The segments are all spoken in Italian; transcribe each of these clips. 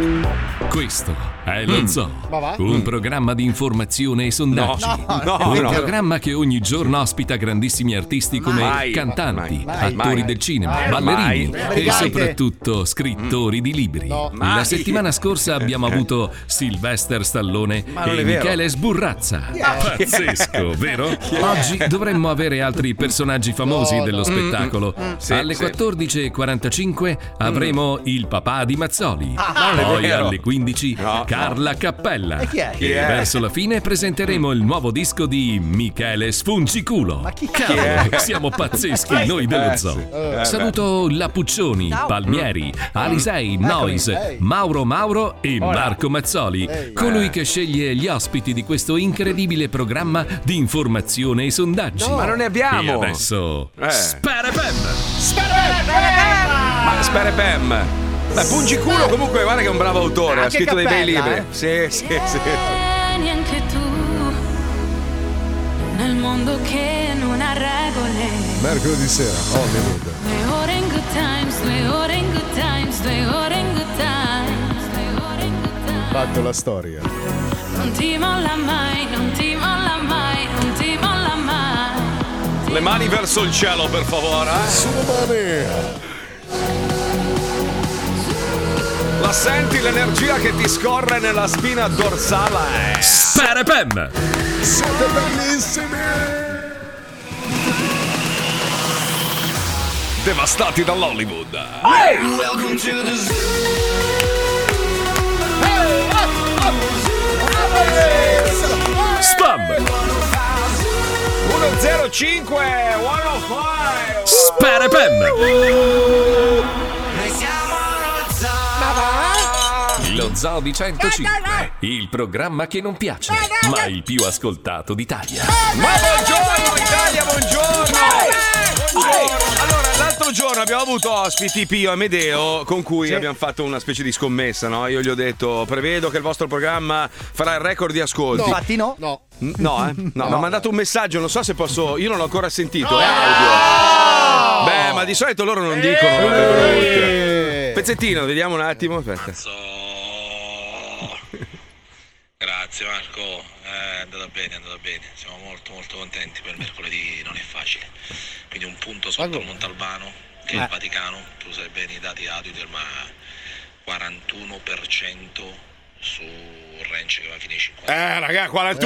Questo è lo Zoo, un programma di informazione e sondaggi. Un programma che ogni giorno ospita grandissimi artisti come cantanti, attori del cinema, ballerini e soprattutto scrittori di libri. La settimana scorsa abbiamo avuto Sylvester Stallone e Michele Sburrazza. Pazzesco, vero? Oggi dovremmo avere altri personaggi famosi dello spettacolo. Alle 14.45 avremo il papà di Mazzoli. Poi alle 15 Carla Cappella. E verso la fine presenteremo il nuovo disco di Michele Sfunciculo. Cavolo, siamo pazzeschi noi dello Zoo. Saluto la Puccioni, Palmieri, Alisei, Noise, Mauro e Marco Mazzoli, colui che sceglie gli ospiti di questo incredibile programma di informazione e sondaggi. Ma non ne abbiamo. E adesso Sperepem. Ma Sperepem. Beh, Pungiculo comunque guarda che è un bravo autore, ha scritto dei bei libri. Sì. Vieni anche tu nel mondo che non ha regole. Mercoledì sera, Hollywood. 2 ore in good times, 2 ore in good times, 2 ore in good times, 2 ore in good times. Fatto la storia. Non ti molla mai, non ti molla mai, non ti molla mai. Le mani verso il cielo, per favore. Sulle mani. La senti l'energia che ti scorre nella spina dorsale? Sperepem. Siete bellissimi. Devastati dall'Hollywood. Welcome to the zoo. 105 105. Sperepem. Lo Zoo di 105, il programma che non piace, ma il più ascoltato d'Italia. Ma buongiorno Italia, buongiorno! Allora, l'altro giorno abbiamo avuto ospiti Pio e Amedeo con cui abbiamo fatto una specie di scommessa, no? Io gli ho detto, prevedo che il vostro programma farà il record di ascolti. Infatti no. No, mi ha mandato un messaggio, non so se posso, io non l'ho ancora sentito, è audio. Beh, ma di solito loro non dicono. Pezzettino, vediamo un attimo, aspetta. Grazie Marco, è andata bene, siamo molto contenti, per mercoledì non è facile, quindi un punto sotto il Montalbano, che è il Vaticano, tu sai bene i dati Auditor, ma 41% su Ranch che va a finire 50. Raga,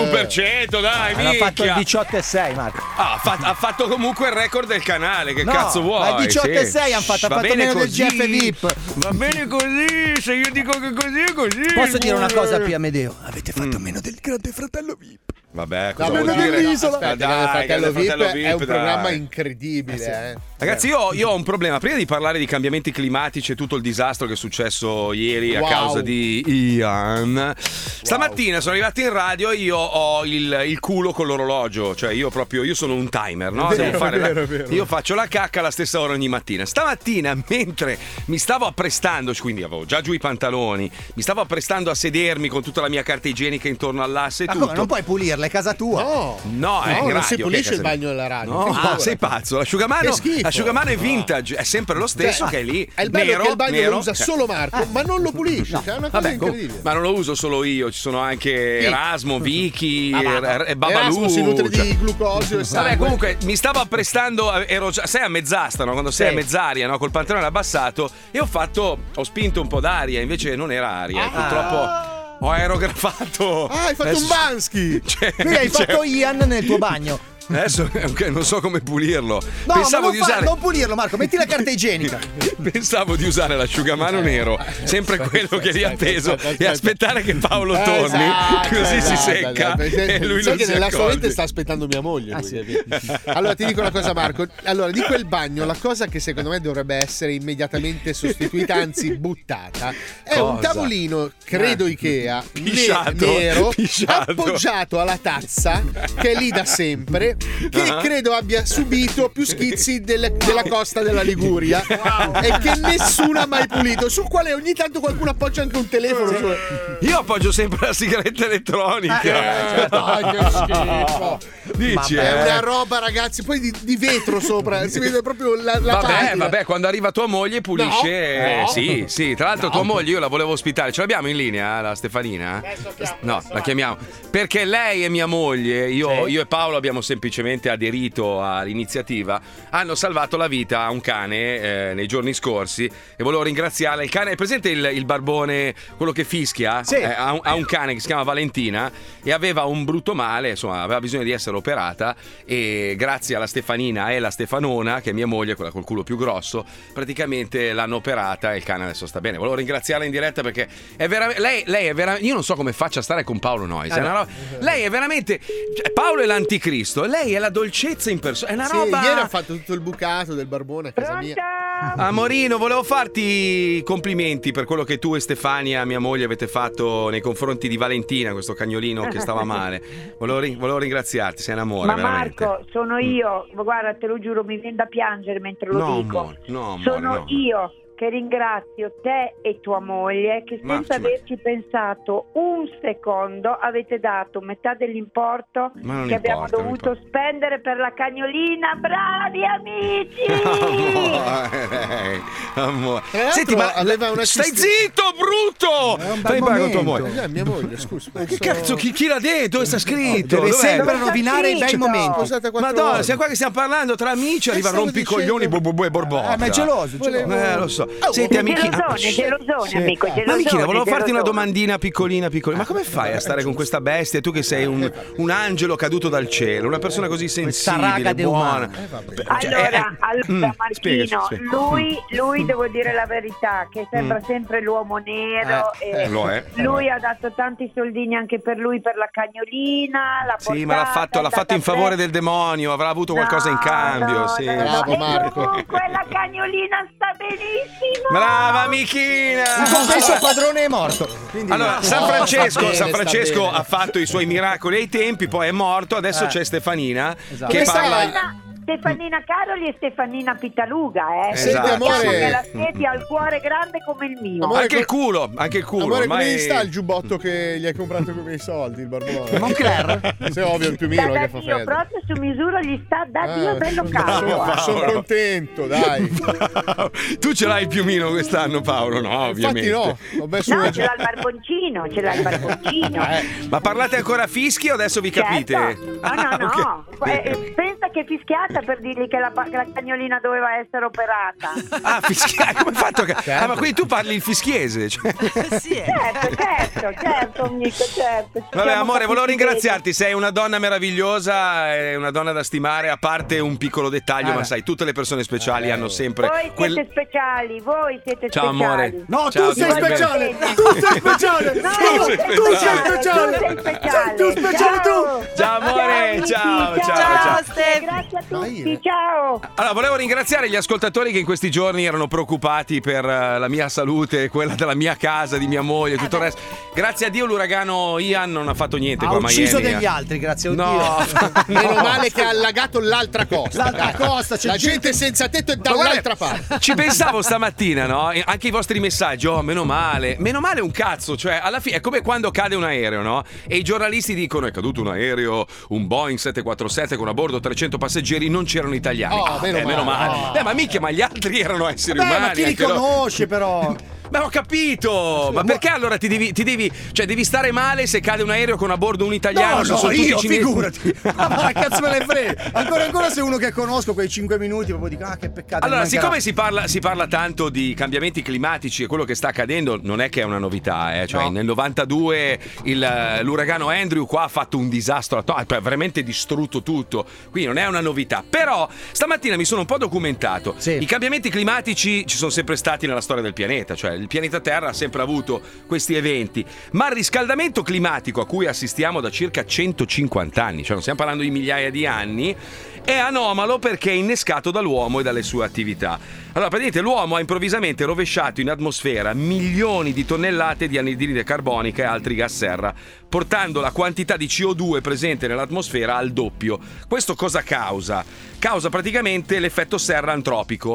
41%, dai, hanno fatto il minchia. 18,6 Marco. Ha fatto comunque il record del canale, che cazzo vuoi? Ma il 18,6 hanno fatto, Va bene meno così. del GF VIP. Va bene così, se io dico che così è così. Posso dire una cosa Pio Amedeo? Avete fatto meno del Grande Fratello VIP. Vabbè, cosa meno vuol dire? dell'isola. Dai, Fratello VIP è un dai. programma incredibile. Ragazzi, io ho un problema. Prima di parlare di cambiamenti climatici e tutto il disastro che è successo ieri a causa di Ian, stamattina sono arrivato in radio e io ho il culo con l'orologio. Cioè io sono un timer, no? Vero. Io faccio la cacca alla stessa ora ogni mattina. Stamattina, mentre mi stavo apprestando, quindi avevo già giù i pantaloni, mi stavo apprestando a sedermi con tutta la mia carta igienica intorno all'asse e Ma tutto. come, non puoi pulirla, è casa tua. No, è in non radio, si pulisce che il bagno della radio. No, sei pazzo. L'asciugamano è vintage, è sempre lo stesso, che è lì. È il bello nero, che il bagno nero. lo usa solo Marco, ma non lo pulisce. Cioè, è una cosa incredibile. Ma non lo uso solo io, ci sono anche Erasmo, Vicky e Babalù. Erasmo si nutre di glucosio e sangue. Vabbè, comunque mi stavo apprestando, ero già, sei a mezz'asta, no? Quando sei a mezz'aria, no? Col pantalone abbassato, e ho spinto un po' d'aria, invece non era aria, purtroppo. Ho aerografato. Hai fatto un Bansky. Quindi hai fatto Ian nel tuo bagno. Adesso non so come pulirlo. No, Pensavo di usare. non pulirlo, Marco, metti la carta igienica. Pensavo di usare l'asciugamano nero, sempre quello che lì appeso, e aspettare che Paolo torni, così si secca. E lui sai non che si nella sua accorge. mente sta aspettando mia moglie. Allora ti dico una cosa, Marco. Allora, di quel bagno, la cosa che secondo me dovrebbe essere immediatamente sostituita, anzi buttata, è un tavolino, credo Ikea, nero, appoggiato alla tazza, che è lì da sempre, che credo abbia subito più schizzi della costa della Liguria, e che nessuno ha mai pulito, sul quale ogni tanto qualcuno appoggia anche un telefono. Io appoggio sempre la sigaretta elettronica. Dai, che schifo. Dici, è una roba, ragazzi, poi di vetro sopra, si vede proprio la vabbè, quando arriva tua moglie pulisce. No. Sì, tra l'altro tua moglie io la volevo ospitare. Ce l'abbiamo in linea, la Stefanina? No, la chiamiamo. Perché lei e mia moglie, io e Paolo abbiamo semplicemente aderito all'iniziativa, hanno salvato la vita a un cane nei giorni scorsi e volevo ringraziarla. Il cane, è presente il barbone, quello che fischia? Sì. Ha un cane che si chiama Valentina e aveva un brutto male, insomma aveva bisogno di essere operata e grazie alla Stefanina e la Stefanona, che è mia moglie, quella col culo più grosso, praticamente l'hanno operata e il cane adesso sta bene. Volevo ringraziarla in diretta perché è veramente, lei è veramente, io non so come faccia a stare con Paolo Noyes, lei è veramente, Paolo è l'anticristo, lei è la dolcezza in persona, è una roba. Ieri ha fatto tutto il bucato del barbone a casa mia. Amorino, volevo farti i complimenti per quello che tu e Stefania, mia moglie, avete fatto nei confronti di Valentina, questo cagnolino che stava male. Volevo ringraziarti, sei un amore. Ma veramente. Marco, sono io, guarda, te lo giuro, mi viene da piangere mentre lo dico. Amore, sono io che ringrazio te e tua moglie che senza averci pensato un secondo avete dato metà dell'importo che abbiamo dovuto spendere per la cagnolina. Bravi amici! Amore. Senti, ma stai zitto, brutto! Fai pago con tua moglie. Mia moglie, scusa. Che cazzo, chi l'ha detto? Dove sta scritto? Deve sempre rovinare i bei momenti. Madonna, siamo qua che stiamo parlando tra amici, arriva rompicoglioni borbotta. Ma è geloso. Lo so. Senti, amichina. Gelosone, amico, gelosone. Ma amichina, volevo farti una domandina piccolina. Ma come fai a stare con questa bestia? Tu che sei un angelo caduto dal cielo, una persona così sensibile, buona. Allora, Marchino, spiega. lui devo dire la verità, che sembra sempre l'uomo nero. Lo è. Lui ha dato tanti soldini anche per lui, per la cagnolina. Sì, ma l'ha fatto in favore del demonio, avrà avuto qualcosa in cambio. Sì. Bravo Marco. Comunque la cagnolina sta benissimo. Brava amichina! In compenso il padrone è morto. Quindi allora, San Francesco ha fatto i suoi miracoli ai tempi, poi è morto, adesso c'è Stefanina che parla. Stefanina Caroli e Stefanina Pitaluga, Esatto. Sappiamo che la siete al cuore grande come il mio. Amore, Anche il culo. Amore, come gli sta il giubbotto che gli hai comprato con i soldi, il barbone? Moncler? Se ovvio il piumino che fa freddo. Proprio su misura gli sta da Dio bello caldo. Sono contento, dai. Tu ce l'hai il piumino quest'anno, Paolo? No, ovviamente. Infatti no. Ho messo ce l'ha il barboncino. Ma parlate ancora fischi o adesso vi capite? No. Pensa che fischiata per dirgli che la cagnolina doveva essere operata. Ah, fischiata? Come hai fatto? Ah, ma quindi tu parli il fischiese? Cioè. Sì. Certo, amico, certo. Vabbè, amore, volevo ringraziarti. Sei una donna meravigliosa, è una donna da stimare, a parte un piccolo dettaglio, ma sai, tutte le persone speciali hanno sempre. Voi siete speciali, voi siete Ciao, speciali. Amore. No, ciao, tu sei speciale. Tu sei speciale. Tu sei speciale. Tu speciale tu. Ciao, amore. Ciao. Grazie a tutti, ciao. Allora, volevo ringraziare gli ascoltatori che in questi giorni erano preoccupati per la mia salute, quella della mia casa, di mia moglie, tutto il resto. Grazie a Dio l'uragano Ian non ha fatto niente qua a Miami. Ha ucciso degli altri, grazie a Dio. No. Meno male che ha allagato l'altra costa. L'altra costa, la gente senza tetto è dall'altra parte. Ci pensavo stamattina, no? Anche i vostri messaggi, meno male un cazzo, cioè alla fine è come quando cade un aereo, no? E i giornalisti dicono è caduto un aereo, un Boeing 747 con a bordo 300 passeggeri, non c'erano italiani. Meno male. Ma mica, ma gli altri erano esseri umani. Ma chi li conosce però? Ma ho capito! Ma perché allora ti devi stare male se cade un aereo con a bordo un italiano? No, io figurati. Ma cazzo me ne frega. Ancora se uno che conosco quei 5 minuti proprio dico che peccato. Allora, siccome si parla tanto di cambiamenti climatici e quello che sta accadendo non è che è una novità, cioè no. Nel 92 l'uragano Andrew qua ha fatto un disastro, ha veramente distrutto tutto. Quindi non è una novità. Però stamattina mi sono un po' documentato. Sì. I cambiamenti climatici ci sono sempre stati nella storia del pianeta, cioè il pianeta Terra ha sempre avuto questi eventi, ma il riscaldamento climatico a cui assistiamo da circa 150 anni, cioè non stiamo parlando di migliaia di anni, è anomalo perché è innescato dall'uomo e dalle sue attività. Allora, praticamente l'uomo ha improvvisamente rovesciato in atmosfera milioni di tonnellate di anidride carbonica e altri gas serra, portando la quantità di CO2 presente nell'atmosfera al doppio. Questo cosa causa? Causa praticamente l'effetto serra antropico,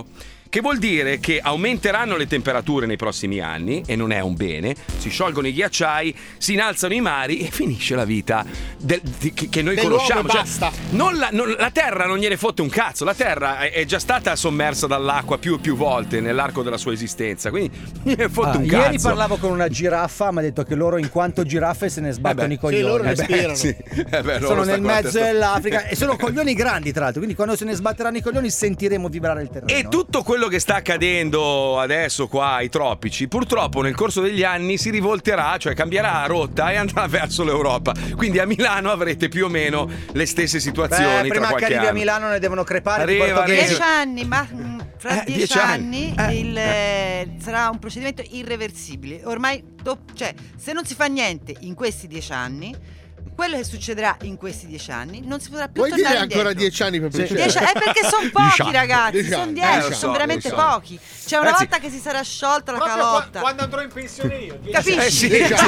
che vuol dire che aumenteranno le temperature nei prossimi anni, e non è un bene, si sciolgono i ghiacciai, si innalzano i mari e finisce la vita che noi conosciamo. Basta. La Terra non gliene fotte un cazzo, la Terra è già stata sommersa dall'acqua più e più volte nell'arco della sua esistenza, quindi gliene fotte un cazzo. Ieri parlavo con una giraffa, mi ha detto che loro in quanto giraffe se ne sbattono i coglioni. Sì, loro respirano. Sono nel mezzo dell'Africa e sono coglioni grandi, tra l'altro, quindi quando se ne sbatteranno i coglioni sentiremo vibrare il terreno. E tutto quello che sta accadendo adesso qua ai tropici, purtroppo nel corso degli anni si rivolterà, cioè cambierà rotta e andrà verso l'Europa. Quindi a Milano avrete più o meno le stesse situazioni. Prima tra che arrivi a Milano ne devono crepare. Arriva. 10 anni, ma fra 10 anni sarà un procedimento irreversibile. Ormai, cioè, se non si fa niente in questi 10 anni, quello che succederà in questi 10 anni non si potrà più tornare indietro. Ancora 10 anni per piacere? È perché sono pochi, ragazzi, sono 10, sono veramente pochi. Cioè, una volta che si sarà sciolta la calotta, quando andrò in pensione io, capisci?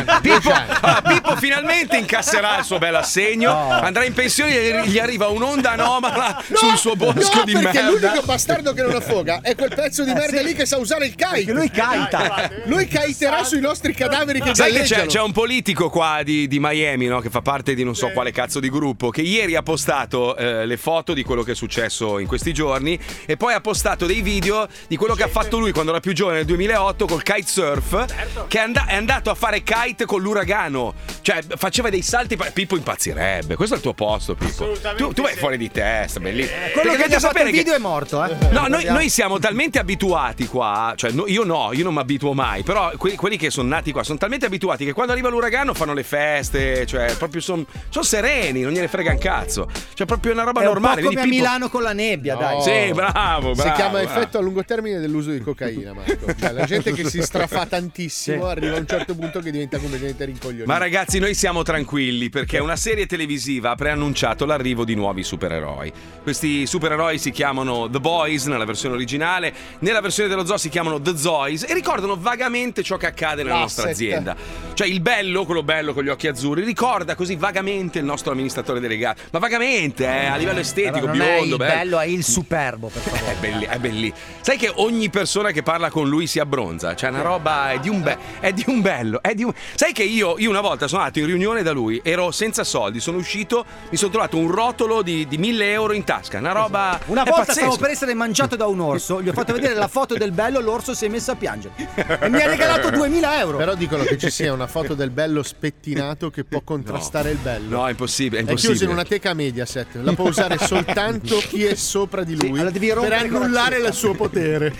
Pippo finalmente incasserà il suo bel assegno, andrà in pensione e gli arriva un'onda anomala sul suo bosco di merda. Perché l'unico bastardo che non affoga è quel pezzo di merda lì che sa usare il kite. Lui kita. Lui kiterà sui nostri cadaveri che sai galleggiano. Che c'è un politico qua di Miami, no, che fa parte di non so quale cazzo di gruppo, che ieri ha postato le foto di quello che è successo in questi giorni e poi ha postato dei video di quello che ha fatto lui quando era più giovane nel 2008 col kitesurf, che è andato a fare kite con l'uragano, cioè faceva dei salti. Pippo impazzirebbe. Questo è il tuo posto, Pippo. Tu vai fuori di testa, bellissimo. Quello che ti ha fatto il video è morto, No, noi siamo talmente abituati qua, cioè io non mi abituo mai, però quelli che sono nati qua sono talmente abituati che quando arriva l'uragano fanno le feste, cioè proprio sono sereni, non gliene frega un cazzo. Cioè proprio una roba normale. È un po' come a Milano con la nebbia, dai. Sì, bravo. Si chiama effetto a lungo termine dell'uso di cocaina, Marco. Cioè, la gente che si strafà tantissimo arriva a un certo punto che diventa completamente rincoglionito. Ma ragazzi, noi siamo tranquilli perché una serie televisiva ha preannunciato l'arrivo di nuovi supereroi. Questi supereroi si chiamano The Boys nella versione originale, nella versione dello zoo si chiamano The Zoys e ricordano vagamente ciò che accade nella nostra azienda. Cioè il bello, quello bello con gli occhi azzurri, ricorda così vagamente il nostro amministratore delegato, ma vagamente, a livello estetico, biondo, bello, è il superbo, per favore. È belli. Sai che ogni persona che parla con lui si abbronza, cioè una roba è di un bello. Sai che io una volta sono andato in riunione da lui, ero senza soldi, sono uscito, mi sono trovato un rotolo di 1.000 euro in tasca, una roba. Una volta stavo per essere mangiato da un orso, gli ho fatto vedere la foto del bello, l'orso si è messo a piangere e mi ha regalato 2.000 euro. Però dicono che ci sia una foto del bello spettinato che può contrastare il bello. No, è impossibile. È chiuso in una teca Mediaset, la può usare soltanto chi è sopra di lui per annullare il suo potere.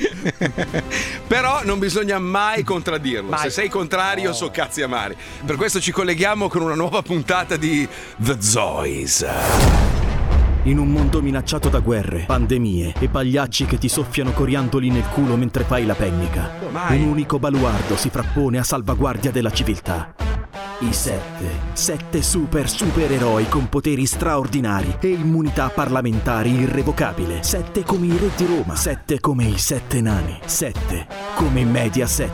Però non bisogna mai contraddirlo. Se sei contrario, so cazzi amari. Per questo ci colleghiamo con una nuova puntata di The Zoys. In un mondo minacciato da guerre, pandemie e pagliacci che ti soffiano coriandoli nel culo mentre fai la pennica, un unico baluardo si frappone a salvaguardia della civiltà. I sette supereroi con poteri straordinari e immunità parlamentari irrevocabile. 7 come i re di Roma, 7 come i 7 nani, 7 come Mediaset.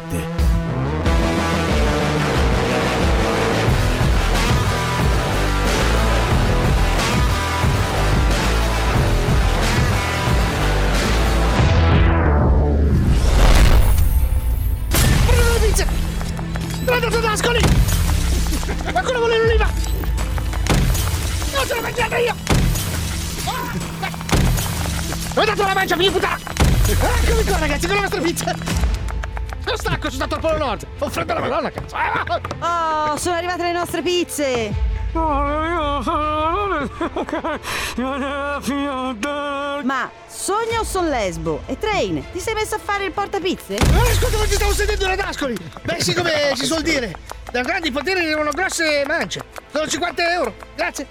Ascoli! Qualcuno vuole l'oliva! Non ce l'ho mangiata io! Ho dato la mancia, figlio puttana! Eccomi qua, ragazzi, con la vostra pizza! Sono stanco, sono stato al Polo Nord! Ho freddo la madonna, cazzo! Oh, sono arrivate le nostre pizze! Ma sogno o son lesbo? E Train, ti sei messo a fare il portapizze? Ascolta, ma ti stavo sentendo da Ascoli! Beh, sì, come si suol dire! Da grandi poteri arrivano grosse mance! Sono 50 euro! Grazie!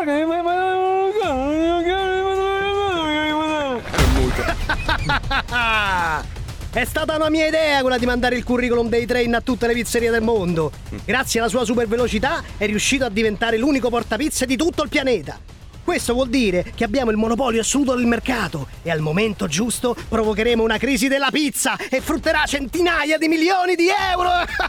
È stata una mia idea quella di mandare il curriculum dei Train a tutte le pizzerie del mondo. Grazie alla sua super velocità è riuscito a diventare l'unico portapizze di tutto il pianeta. Questo vuol dire che abbiamo il monopolio assoluto del mercato e al momento giusto provocheremo una crisi della pizza e frutterà centinaia di milioni di euro.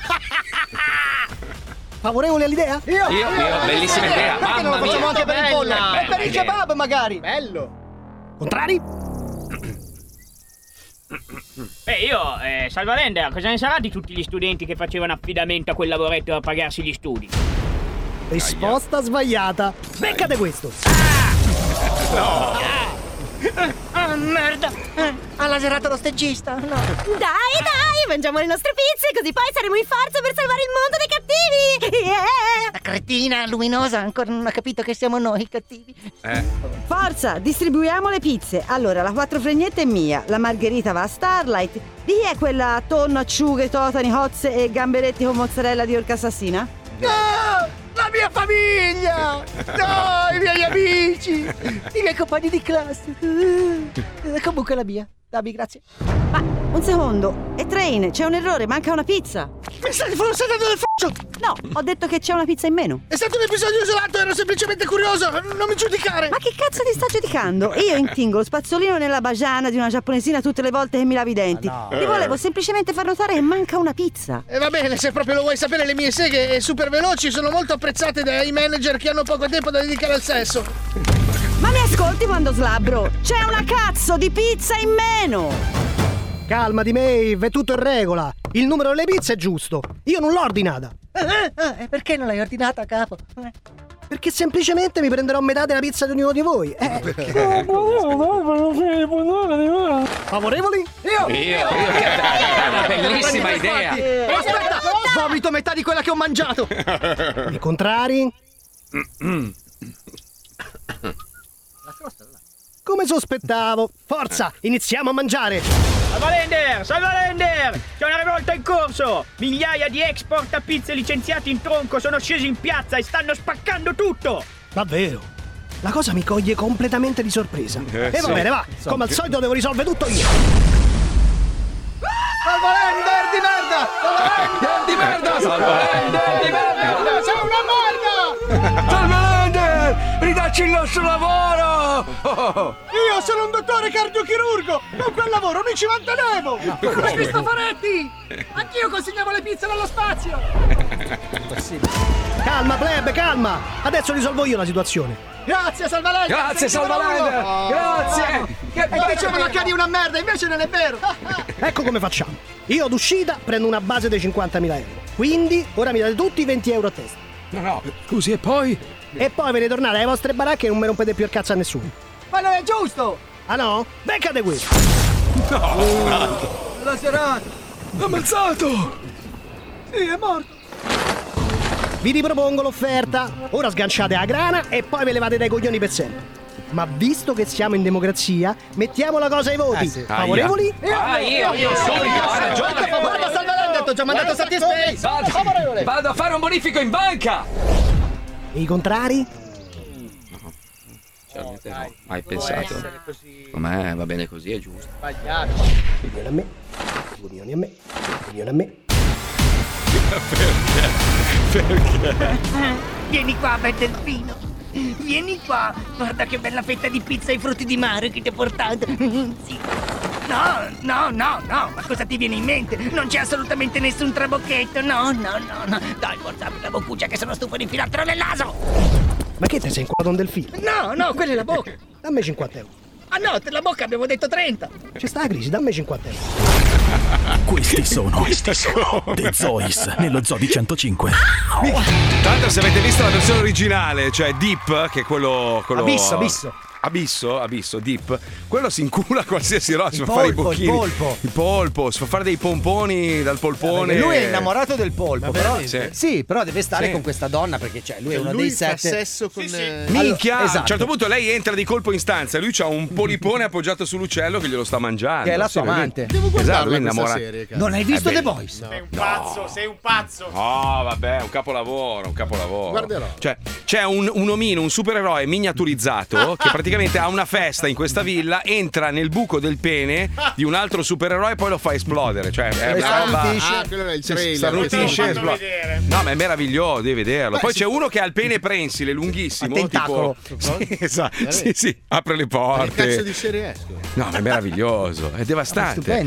Favorevoli all'idea? Io, bellissima idea. Perché non lo facciamo anche per il pollo? E per il Bella. kebab magari? Bello. Contrari? Salvalender, cosa ne sarà di tutti gli studenti che facevano affidamento a quel lavoretto per pagarsi gli studi? Risposta sbagliata. Beccate questo. No. Merda! Ha laserato lo stagista, no! Dai, mangiamo le nostre pizze, così poi saremo in forza per salvare il mondo dai cattivi! Yeah! La cretina luminosa ancora non ha capito che siamo noi i cattivi. Forza, distribuiamo le pizze. Allora, la 4 fregnette è mia, la margherita va a Starlight. Di chi è quella tonno, acciughe, totani, hozze e gamberetti con mozzarella di orca assassina? No! La mia famiglia! No, i miei amici! I miei compagni di classe! Comunque la mia. Dammi, grazie. Ma, un secondo. E Train, c'è un errore, manca una pizza. Mi stai forse dando del f***o! No, ho detto che c'è una pizza in meno. È stato un episodio isolato, ero semplicemente curioso, non mi giudicare! Ma che cazzo ti sto giudicando? Io intingo lo spazzolino nella bagiana di una giapponesina tutte le volte che mi lavi i denti. Ti volevo semplicemente far notare che manca una pizza. E va bene, se proprio lo vuoi sapere, le mie seghe super veloci sono molto apprezzate dai manager che hanno poco tempo da dedicare al sesso. Ma mi ascolti quando slabbro? C'è una cazzo di pizza in meno! Calmati, Maeve, è tutto in regola. Il numero delle pizze è giusto. Io non l'ho ordinata. E perché non l'hai ordinata, capo? Perché semplicemente mi prenderò metà della pizza di ognuno di voi. Favorevoli? Io, è una bellissima idea. Aspetta, vomito metà di quella che ho mangiato. I contrari? Come sospettavo. Forza, iniziamo a mangiare. Salvalender! C'è una rivolta in corso! Migliaia di export a pizze licenziati in tronco sono scesi in piazza e stanno spaccando tutto! Davvero? La cosa mi coglie completamente di sorpresa. E va bene, va. Come al solito devo risolvere tutto io. Salvalender di merda! Di merda! Salvalender di merda! Sei una merda! Salvalender! Ridacci il nostro lavoro! Io sono un dottore cardiochirurgo! Con quel lavoro mi ci mantenevo! Come Cristoforetti! Anch'io consegnavo le pizze dallo spazio! Calma, plebe, calma! Adesso risolvo io la situazione. Grazie, Salvalender! Grazie, Salvalender! Grazie! E dicevano che eri una merda, invece non è vero! Ecco come facciamo. Io ad uscita prendo una base dei 50.000 euro. Quindi ora mi date tutti 20 euro a testa. No, scusi, e poi? E poi ve ne tornate alle vostre baracche e non mi rompete più il cazzo a nessuno. Ma non è giusto! Ah no? Beccate questo! No! La serata! Ammazzato! Sì, è morto! Vi ripropongo l'offerta. Ora sganciate la grana e poi ve levate dai coglioni per sempre. Ma visto che siamo in democrazia, mettiamo la cosa ai voti. Sì. Favorevoli? Io subito, ha ragione. Guarda, Salvalender, ti ho già mandato Satisface! Vado a fare un bonifico in banca! E i contrari? Certamente no. Hai pensato? Com'è? Va bene così, è giusto. Sbagliato. Unione a me. Unione a me. Unione a me. Perché? Vieni qua, bel delfino. Vieni qua. Guarda che bella fetta di pizza e frutti di mare che ti ho portato. Sì. No. Ma cosa ti viene in mente? Non c'è assolutamente nessun trabocchetto. No. Dai, forza, apri la boccuccia che sono stufo di infilartelo nel naso. Ma che te sei inquadrato un delfino? No, quella è la bocca. Dammi 50 euro. Ah no, per la bocca abbiamo detto 30. C'è sta la crisi, dammi 50 euro. Questi sono The Zois nello Zoo di 105. Tra l'altro, se avete visto la versione originale, cioè Deep, che è quello Abisso, Deep, quello si incula qualsiasi roba, si fa fare i bocchini. Il polpo, si fa fare dei pomponi dal polpone. Lui è innamorato del polpo, però sì, però deve stare con questa donna perché lui è uno dei fa 7. sesso con minchia, esatto. A un certo punto lei entra di colpo in stanza e lui c'ha un polipone appoggiato sull'ucello che glielo sta mangiando. Che è la sua amante. Devo guardarla lui è questa innamorato. serie, Non hai visto The Boys? No. Sei un pazzo. Oh, vabbè, un capolavoro. Guarderò. Cioè, c'è un omino, un supereroe miniaturizzato che praticamente ha una festa in questa villa, entra nel buco del pene di un altro supereroe e poi lo fa esplodere. Cioè, è una roba. Quello è il trailer. Starnutisce, esplode. No, ma è meraviglioso, devi vederlo. Poi c'è uno che ha il pene prensile, lunghissimo. Tentacolo. Sì, esatto. Sì, apre le porte. Che cazzo di serie escono? No, ma è meraviglioso, è devastante. Stupenda.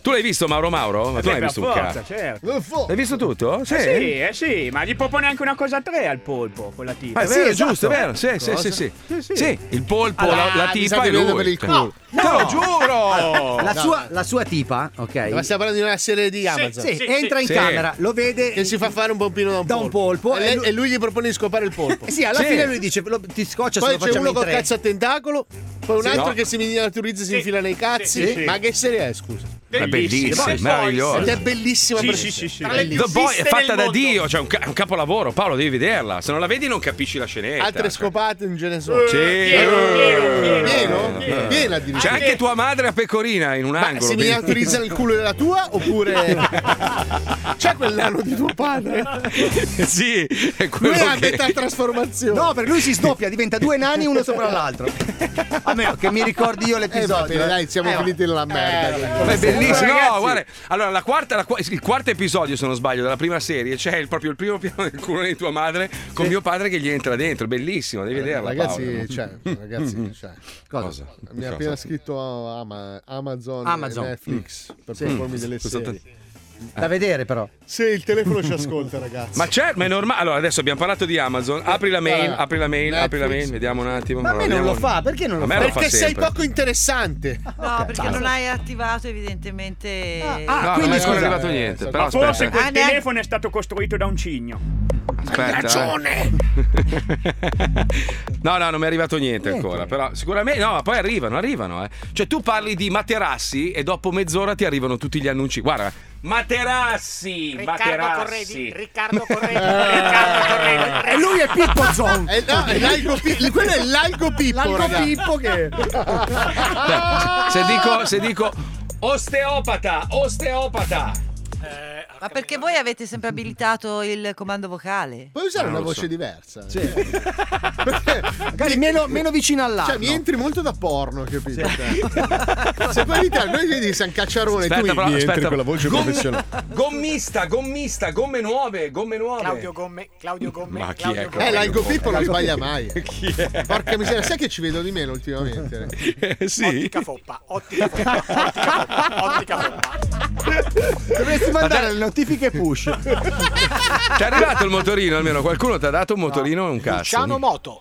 Tu l'hai visto Mauro? Ma tu l'hai visto un cazzo? Certo. L'hai visto tutto? Sì. Sì, ma gli propone anche una cosa a 3 al polpo con la tipa. Sì, è giusto, è vero. Sì, il polpo, la tipa e lui. Per il culo. Te lo giuro! La sua tipa, ok. Ma stiamo parlando di una serie di Amazon. Sì, entra in camera, lo vede che si fa fare un pompino da un polpo e lui gli propone di scopare il polpo. Sì, alla fine lui dice ti scoccia se poi lo facciamo c'è uno in col 3. cazzo a tentacolo, poi un altro che si miniaturizza e si infila nei cazzi. Ma che serie è, scusa? È bellissima, meravigliosa. Ed è bellissima. The Boys è fatta da Dio, cioè un capolavoro. Paolo, devi vederla. Se non la vedi non capisci la scenetta. Altre scopate in ce ne sono. Pieno. C'è anche tua madre a Pecorina in un angolo. Si miniaturizza nel culo della tua oppure c'è quell'anno di tuo padre? Sì, è quello lui ha metà trasformazione. No, per lui si sdoppia, diventa 2 nani uno sopra l'altro. A me che mi ricordi io l'episodio. Dai, siamo finiti nella merda. È bellissimo. No, guarda. Allora, il quarto episodio, se non sbaglio, della prima serie, c'è proprio il primo piano del culo di tua madre con mio padre che gli entra dentro. Bellissimo, devi vederla. Ragazzi, c'è. Cosa? Mi ha appena scritto Amazon. Netflix per propormi delle serie. Da vedere però. Sì, il telefono ci ascolta, ragazzi. Ma è normale. Allora, adesso abbiamo parlato di Amazon. Apri la mail, vediamo un attimo. Ma a me non lo fa, perché non lo fa? Perché sei poco interessante. No, perché non hai attivato evidentemente. Quindi non è ancora arrivato niente. Però forse quel telefono è stato costruito da un cigno. Aspetta. Ragione. No, non mi è arrivato niente ancora. Però sicuramente no, ma poi arrivano. Cioè, tu parli di materassi e dopo mezz'ora ti arrivano tutti gli annunci. Guarda, materassi. Riccardo Corredi. E lui è Pippo Zon. Quello è l'Algo Pippo. L'Algo Pippo che. Se dico osteopata. Ma perché voi avete sempre abilitato il comando vocale? Puoi usare una voce diversa. Sì. Magari meno vicino all'altro. Cioè, mi entri molto da porno, capito? Se poi in Italia noi vedi San Cacciarone, tu mi entri con la voce professionale. Gommista, gomme nuove. Claudio Gomme. Ma chi è? L'Algo Pippo non sbaglia mai. Chi è? Porca miseria, sai che ci vedo di meno ultimamente? Sì. Ottica Foppa. Dovresti mandare le notifiche push. Ti è arrivato il motorino almeno? Qualcuno ti ha dato un motorino o un cazzo? Luciano Moto.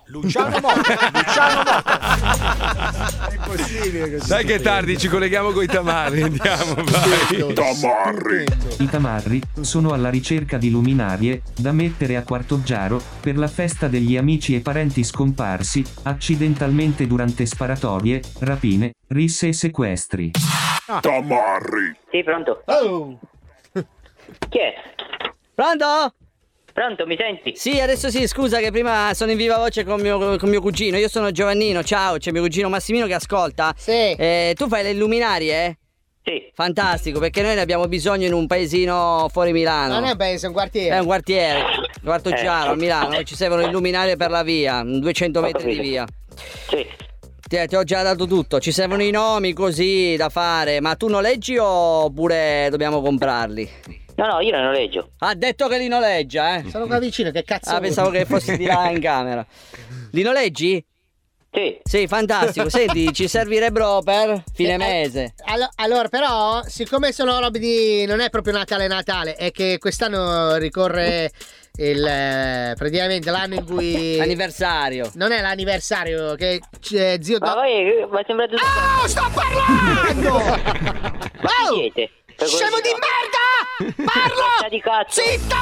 È impossibile così. Sai che tardi, ci colleghiamo con i tamarri. Andiamo, vai. I tamarri sono alla ricerca di luminarie da mettere a Quartoggiaro per la festa degli amici e parenti scomparsi accidentalmente durante sparatorie, rapine, risse e sequestri. Tamarri. Sì, pronto? Oh! Chi è? Pronto? Pronto, mi senti? Sì, adesso sì, scusa che prima sono in viva voce con mio cugino. Io sono Giovannino, ciao, c'è mio cugino Massimino che ascolta. Sì. Tu fai le luminarie? Sì. Fantastico, perché noi ne abbiamo bisogno in un paesino fuori Milano. Non è un paese, è un quartiere. È un quartiere, Quartoggiaro a Milano. Ci servono i luminari per la via, 200 metri di via. Sì. Ti ho già dato tutto, ci servono i nomi così da fare. Ma tu noleggi oppure dobbiamo comprarli? No, io non noleggio. Ha detto che li noleggia, Sono qua vicino, che cazzo? Pensavo che fossi di là in camera. Li noleggi? Sì. Sì, fantastico. Senti, ci servirebbero per fine mese. Allora, però, siccome sono robe di... non è proprio Natale, è che quest'anno ricorre praticamente l'anno in cui... Anniversario. Non è l'anniversario, che zio... Ma sembra tutto... sto parlando! Siete? Scemo di merda! Parlo! Di cazzo.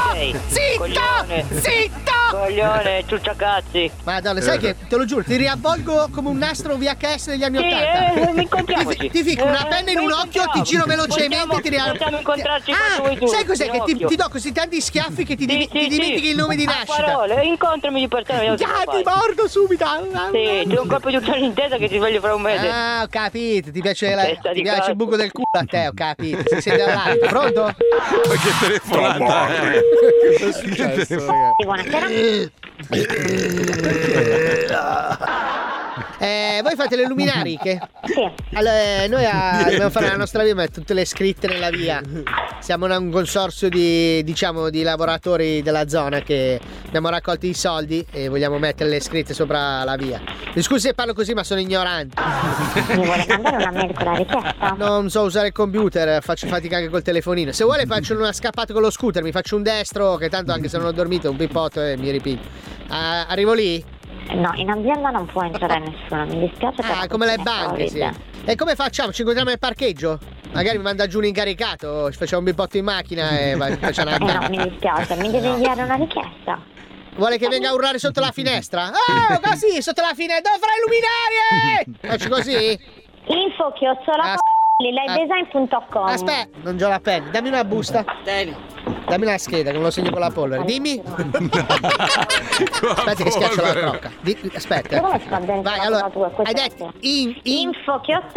Zitto! Coglione, ciucciacazzi. Madonna, sai che te lo giuro, ti riavvolgo come un nastro VHS degli anni 80. Incontriamoci. Ti fico una penna in un occhio, ti giro velocemente, ti possiamo incontrarci quando vuoi tu. Sai cos'è? Che ti do così tanti schiaffi che ti dimentichi il nome di nascita. Parole, incontrami di persona. Ti mordo subito. Sì, ti ho un colpo di tutta l'intesa che ti sveglio fra un mese. Ho capito, ti piace il buco del culo a te, ho capito. Si sente dall'alto, pronto? Ma che telefonata è? Cosa è successo, ragazzi? Buonasera. Voi fate le luminariche? Sì. Allora, noi dobbiamo fare la nostra via, ma tutte le scritte nella via. Siamo un consorzio di lavoratori della zona che abbiamo raccolto i soldi e vogliamo mettere le scritte sopra la via. Mi scusi se parlo così, ma sono ignorante. Mi vuole mandare una mail con la richiesta? Non so usare il computer, faccio fatica anche col telefonino. Se vuole faccio una scappata con lo scooter, mi faccio un destro, che tanto anche se non ho dormito un pippotto e mi ripiglio. Arrivo lì? No, in azienda non può entrare nessuno, mi dispiace. Come le banche, sì. E come facciamo? Ci incontriamo al parcheggio? Magari mi manda giù un incaricato, ci facciamo un bippotto in macchina e facciamo una... No, mi dispiace, mi deve inviare una richiesta. Vuole che venga a urlare sotto la finestra? Oh, così, sotto la finestra, dove fare luminarie? Faccio così? info@livedesign.com. Aspetta, non c'ho la penna, dammi una busta. Dammi una scheda che me lo segno con la polvere. Dimmi. Aspetta che schiaccio la crocca. Aspetta. Vai, allora. Hai detto info@.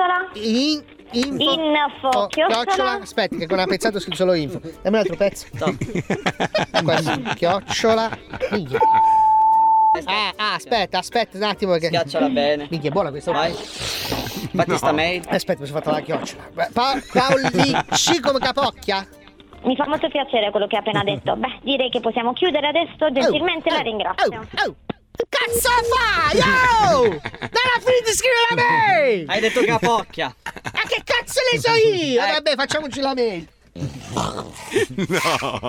Aspetta che con una pezzata ho scritto solo info. Dammi un altro pezzo. Questo, chiocciola. Aspetta un attimo che... Schiacciala bene. Minchia, è buona questa. Vai. Fatti sta mail. Aspetta, mi sono fatto la chiocciola. Paulici come capocchia? Mi fa molto piacere quello che ha appena detto. Beh, direi che possiamo chiudere adesso. Gentilmente la ringrazio. Cazzo fai? Oh! Non ha finito di scrivere la mail! Hai detto capocchia. Ma che cazzo ne so io? Vabbè, facciamoci la mail. No.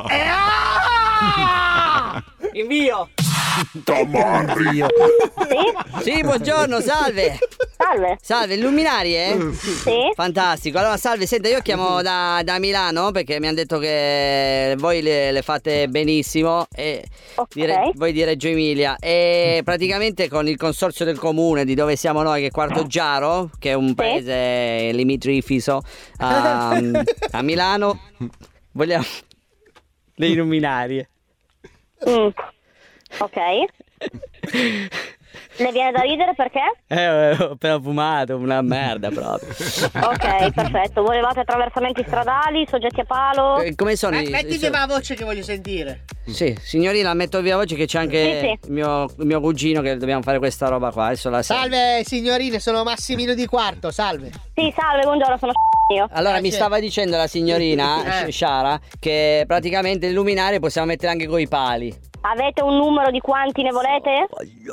Invio. Tamarri. Sì, buongiorno, salve. Salve, luminarie? Sì. Fantastico. Allora, salve, senta, io chiamo da Milano perché mi hanno detto che voi le fate benissimo e voi di Reggio Emilia e praticamente con il consorzio del comune di dove siamo noi, che è Quartoggiaro, che è un paese limitrofo a Milano, vogliamo le luminarie. Ok. Le viene da ridere perché? Ho appena fumato, una merda proprio. Ok, perfetto. Volevate attraversamenti stradali, soggetti a palo? Come sono metti via la voce che voglio sentire. Sì, signorina, metto via voce che c'è anche il mio cugino che dobbiamo fare questa roba qua. Adesso la salve signorine, sono Massimino di Quarto, salve. Sì, salve, buongiorno, sono io. Allora mi stava dicendo la signorina Sciara che praticamente il luminarie possiamo mettere anche coi pali. Avete un numero di quanti ne volete?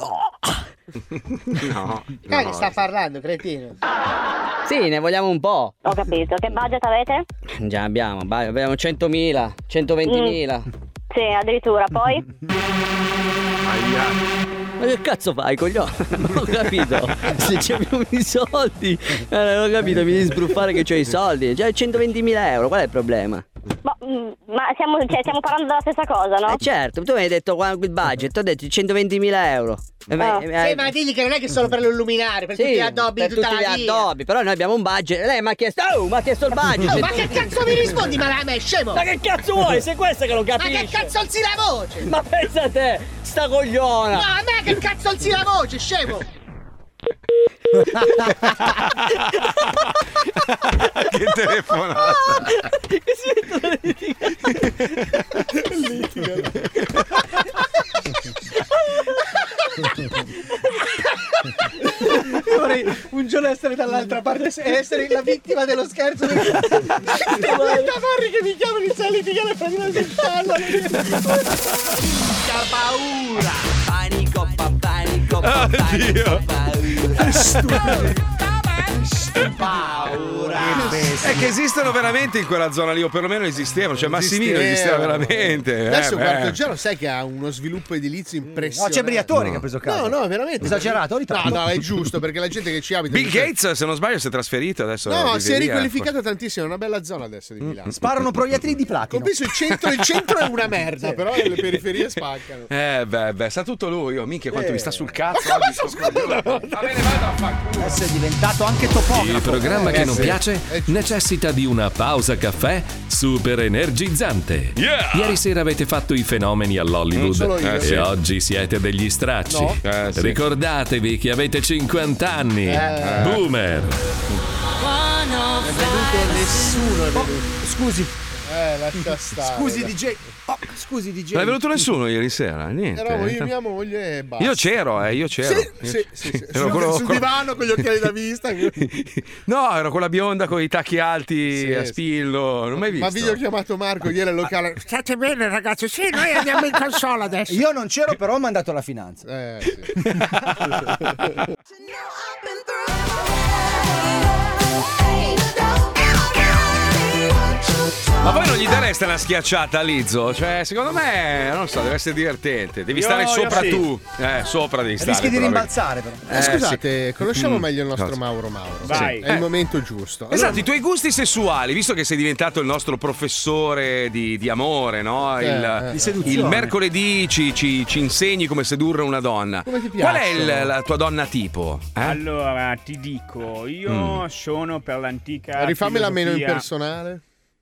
No. Che sta parlando, cretino? Sì, ne vogliamo un po'. Ho capito. Che budget avete? Già abbiamo 100.000, 120.000. Sì, addirittura. Poi? Ma che cazzo fai, coglione? Non ho capito. Se abbiamo i soldi, non ho capito, mi devi sbruffare che c'ho i soldi. Già 120.000 euro, qual è il problema? Ma stiamo parlando della stessa cosa, no? Certo, tu mi hai detto il budget, ho detto 120.000 euro. Sì, ma digli che non è che solo per l'illuminare, per tutti gli addobbi per di tutta tutti la gli via. addobbi, però noi abbiamo un budget. Lei mi ha chiesto il budget. Ma che cazzo mi rispondi, ma è scemo? Ma che cazzo vuoi? Sei questa che lo capisci. Ma che cazzo alzi la voce? Ma pensa a te, sta cogliona. No, a me che cazzo alzi la voce, scemo? Che telefonata. Che si mettono a litigare. Io vorrei un giorno essere dall'altra parte e essere la vittima dello scherzo. Tamarri che mi chiamano in sala a litigare fra di noi che parlano. Che paura. Panico, panico, paura. È che esistono veramente in quella zona lì, o perlomeno esistevano. Cioè Massimino esisteva veramente. Adesso Quartoggiaro sai che ha uno sviluppo edilizio impressionante. No, c'è Briatore che ha preso casa. No, veramente. Esagerato, No, è giusto, perché la gente che ci abita. Bill Gates, se non sbaglio, si è trasferito adesso. No, si è riqualificato tantissimo, è una bella zona adesso di Milano. Sparano proiettili di platino. Compreso il centro è una merda, però le periferie spaccano. Beh, sa tutto lui. Minchia, quanto mi sta sul cazzo. Va bene, vado a fanculo. Adesso è diventato anche topografo. Il programma che non piace necessita di una pausa caffè super energizzante. Ieri sera avete fatto i fenomeni all'Hollywood e oggi siete degli stracci. No. Ricordatevi che avete 50 anni. Boomer. Non è venuto nessuno. Scusi. lascia stare. Scusi DJ. Non è venuto nessuno ieri sera? Niente. Eravamo io e mia moglie e basta. Io c'ero. Sì. Sul divano con gli occhiali da vista. No, ero quella bionda con i tacchi alti a spillo. Non mai visto. Ma videochiamato Marco ieri al locale. State bene ragazzi? Sì, noi andiamo in console adesso. Io non c'ero, però ho mandato la finanza. Sì. Ma poi non gli dareste una schiacciata a Lizzo? Cioè, secondo me, non so, deve essere divertente. Devi stare sopra tu. Sopra devi stare. Rischi di rimbalzare, però. Scusate, conosciamo meglio il nostro Mauro. Vai. È il momento giusto. Esatto, i tuoi gusti sessuali, visto che sei diventato il nostro professore di amore, no? Di seduzione. Il mercoledì ci insegni come sedurre una donna. Come ti piace? Qual è la tua donna tipo? Allora, ti dico, io sono per l'antica Rifammela meno filosofia. impersonale.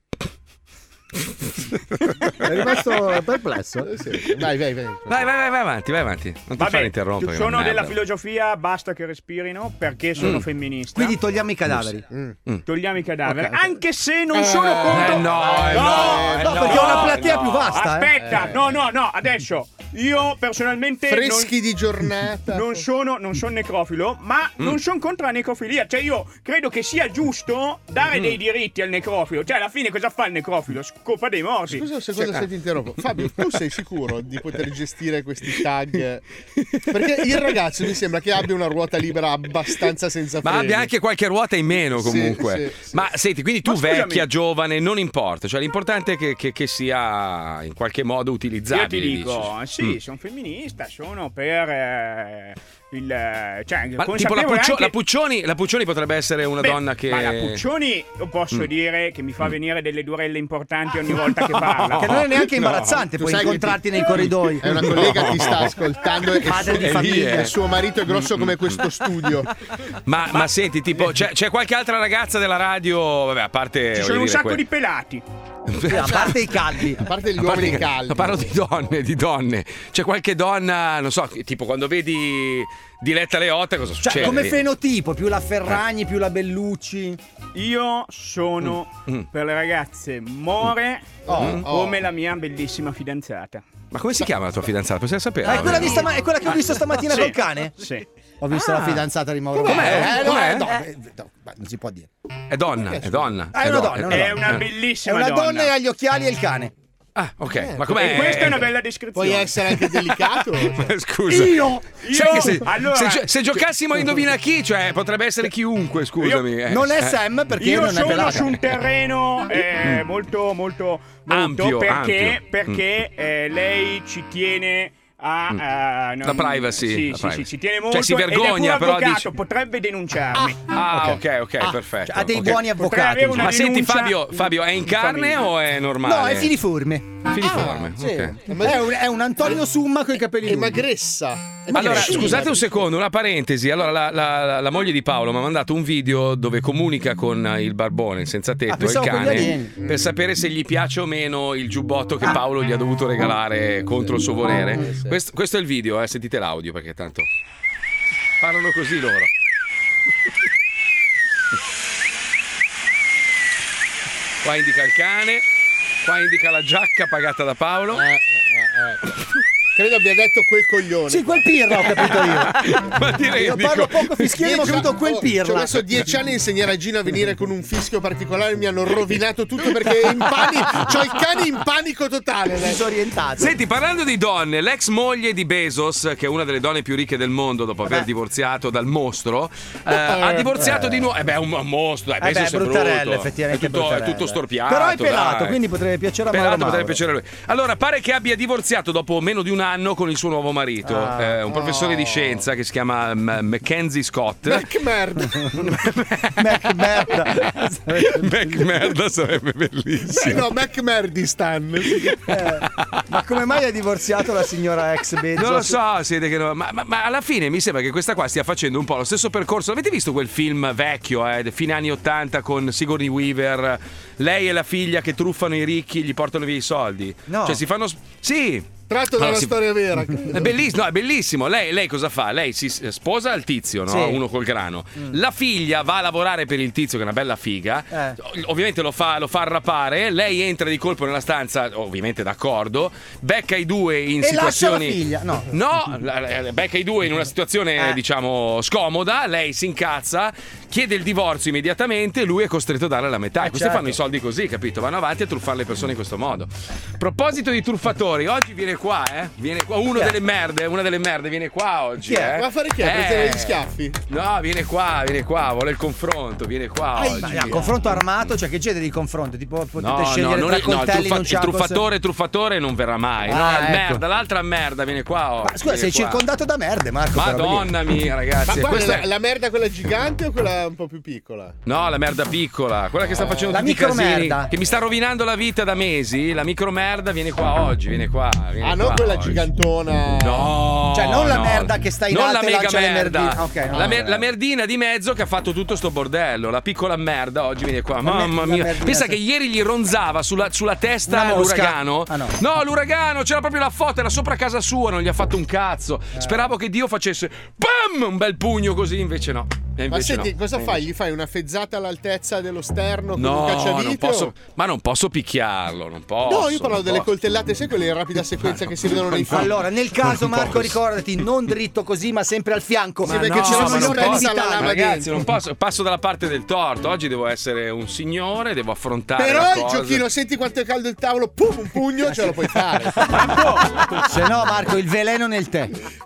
È rimasto perplesso. Sì. Vai avanti. Non ti fare interrompere. Sono della filosofia basta che respirino perché sono femminista. Quindi togliamo i cadaveri. Togliamo i cadaveri. Okay. Anche se non sono contro. No, perché è una platea più vasta. Aspetta, no, adesso. Io personalmente freschi di giornata. Non sono necrofilo, ma non sono contro la necrofilia. Cioè io credo che sia giusto dare dei diritti al necrofilo. Cioè alla fine cosa fa il necrofilo? Scopa dei morti. Scusa un secondo se ti interrompo. Fabio, tu sei sicuro di poter gestire questi tag? Perché il ragazzo mi sembra che abbia una ruota libera abbastanza senza freni. Ma abbia anche qualche ruota in meno comunque. Sì. Ma senti, quindi tu vecchia, giovane, non importa. Cioè l'importante è che sia in qualche modo utilizzabile. Io ti dico, sì, sono femminista, sono per cioè, ma tipo la Puccioni potrebbe essere una donna che. Ma la Puccioni posso dire che mi fa venire delle durelle importanti ogni volta che parla. Che non è neanche imbarazzante, puoi incontrarti nei corridoi. È una collega che ti sta ascoltando e padre di famiglia. Il suo marito è grosso come questo studio. Ma senti, tipo, c'è qualche altra ragazza della radio? Vabbè, a parte. Ci sono un sacco di pelati. A parte i caldi, a parte gli uomini caldi. Parlo di donne. C'è qualche donna, non so, tipo quando vedi Diletta Leotta, cosa succede? Cioè, come fenotipo, più la Ferragni, più la Bellucci. Io sono per le ragazze more come la mia bellissima fidanzata. Ma come si chiama la tua fidanzata? Possiamo sapere? È quella che ho visto stamattina col cane? Sì. Ho visto la fidanzata di Mauro. Com'è? Non si può dire. È donna. È una bellissima donna. È una donna. donna e ha gli occhiali e il cane. Ah, ok. Ma com'è? E questa è una bella descrizione. Puoi essere anche delicato. Scusa. Io? Sai che allora, se giocassimo a Indovina chi, cioè potrebbe essere chiunque, scusami. Non è Sam perché io non è pelata. Io sono su un terreno molto ampio, perché lei ci tiene la privacy. Sì, ci tiene molto. Cioè si vergogna, però dice... potrebbe denunciarmi. Ok, perfetto. Ha dei buoni avvocati. Ma senti Fabio, è in carne o è normale? No, è filiforme. Sì. È un Antonio Summa con i capelli lunghi. È magressa. Allora, scusate un secondo, una parentesi. Allora, la moglie di Paolo mi ha mandato un video dove comunica con il barbone, il senza tetto e il cane per sapere se gli piace o meno il giubbotto che Paolo gli ha dovuto regalare contro il suo volere. Questo è il video, sentite l'audio perché tanto parlano così loro. Qua indica il cane, qua indica la giacca pagata da Paolo. Credo abbia detto quel coglione. Sì, quel pirla ho capito io. Ma direi, io parlo poco fischiere, ma ho capito quel pirla. Ci ho messo 10 anni a insegnare a Gino a venire con un fischio particolare. Mi hanno rovinato tutto perché c'ho il cane in panico totale. Disorientato. Senti, parlando di donne, l'ex moglie di Bezos, che è una delle donne più ricche del mondo dopo aver divorziato dal mostro, ha divorziato di nuovo. È un mostro. Bezos è bruttarello, effettivamente è tutto storpiato. Però è pelato, quindi potrebbe piacere a Mauro. Potrebbe piacere a lui. Allora, pare che abbia divorziato dopo meno di un anno con il suo nuovo marito, un professore di scienza che si chiama Mackenzie Scott. McMerda sarebbe bellissimo. No, McMerdistan. Ma come mai ha divorziato la signora ex Bezos? Non lo so, siete che no, ma alla fine mi sembra che questa qua stia facendo un po' lo stesso percorso. Avete visto quel film vecchio, fine anni 80 con Sigourney Weaver? Lei e la figlia che truffano i ricchi, gli portano via i soldi. No. Cioè si fanno... Sì. Tratto dalla storia vera. È bellissimo, no, è bellissimo. Lei cosa fa? Lei si sposa al tizio, no? Sì. Uno col grano. La figlia va a lavorare per il tizio, che è una bella figa. Ovviamente lo fa arrapare. Lei entra di colpo nella stanza, ovviamente d'accordo. Becca i due in situazioni. Lascia la figlia. No, becca i due in una situazione, diciamo, scomoda. Lei si incazza, chiede il divorzio immediatamente. Lui è costretto a dare la metà. E questi fanno i soldi così, capito? Vanno avanti a truffare le persone in questo modo. A proposito di truffatori, oggi viene qua, viene qua una delle merde viene qua oggi. Chi è? Va a fare chi è? Prendere gli schiaffi? No, viene qua, vuole il confronto, viene qua oggi. Confronto armato, cioè che genere di confronto? Tipo potete scegliere tra coltelli, il truffatore non verrà mai. Merda, l'altra merda viene qua oggi. Ma scusa, sei circondato da merde, Marco. Madonna mia, ragazzi. Ma questa è la merda quella gigante o quella un po' più piccola? No, la merda piccola, quella che sta facendo tutti i casini, che mi sta rovinando la vita da mesi. La micromerda viene qua oggi, viene qua. Non quella gigantona. No, cioè non la merda che sta in non alto la e mega lancia le merda. merdine. La merdina di mezzo che ha fatto tutto sto bordello. La piccola merda oggi viene qua. Mamma mia. Pensa che ieri gli ronzava sulla testa l'uragano. No, l'uragano, c'era proprio la foto, era sopra casa sua, non gli ha fatto un cazzo. Speravo che Dio facesse BAM! Un bel pugno così, invece no. Ma senti, cosa fai? Gli fai una fezzata all'altezza dello sterno con un cacciavite? Non posso, ma non posso picchiarlo, non posso. No, io parlo delle coltellate, sai quelle in rapida sequenza che si vedono nei film. Allora, nel caso, Marco, ricordati, non dritto così, ma sempre al fianco. Sì, perché ci sono ragazzi, non posso, passo dalla parte del torto. Oggi devo essere un signore, devo affrontare. Però la il cosa. giochino, senti quanto è caldo il tavolo, pum, un pugno, ce lo puoi fare. Se no, Marco, il veleno nel tè.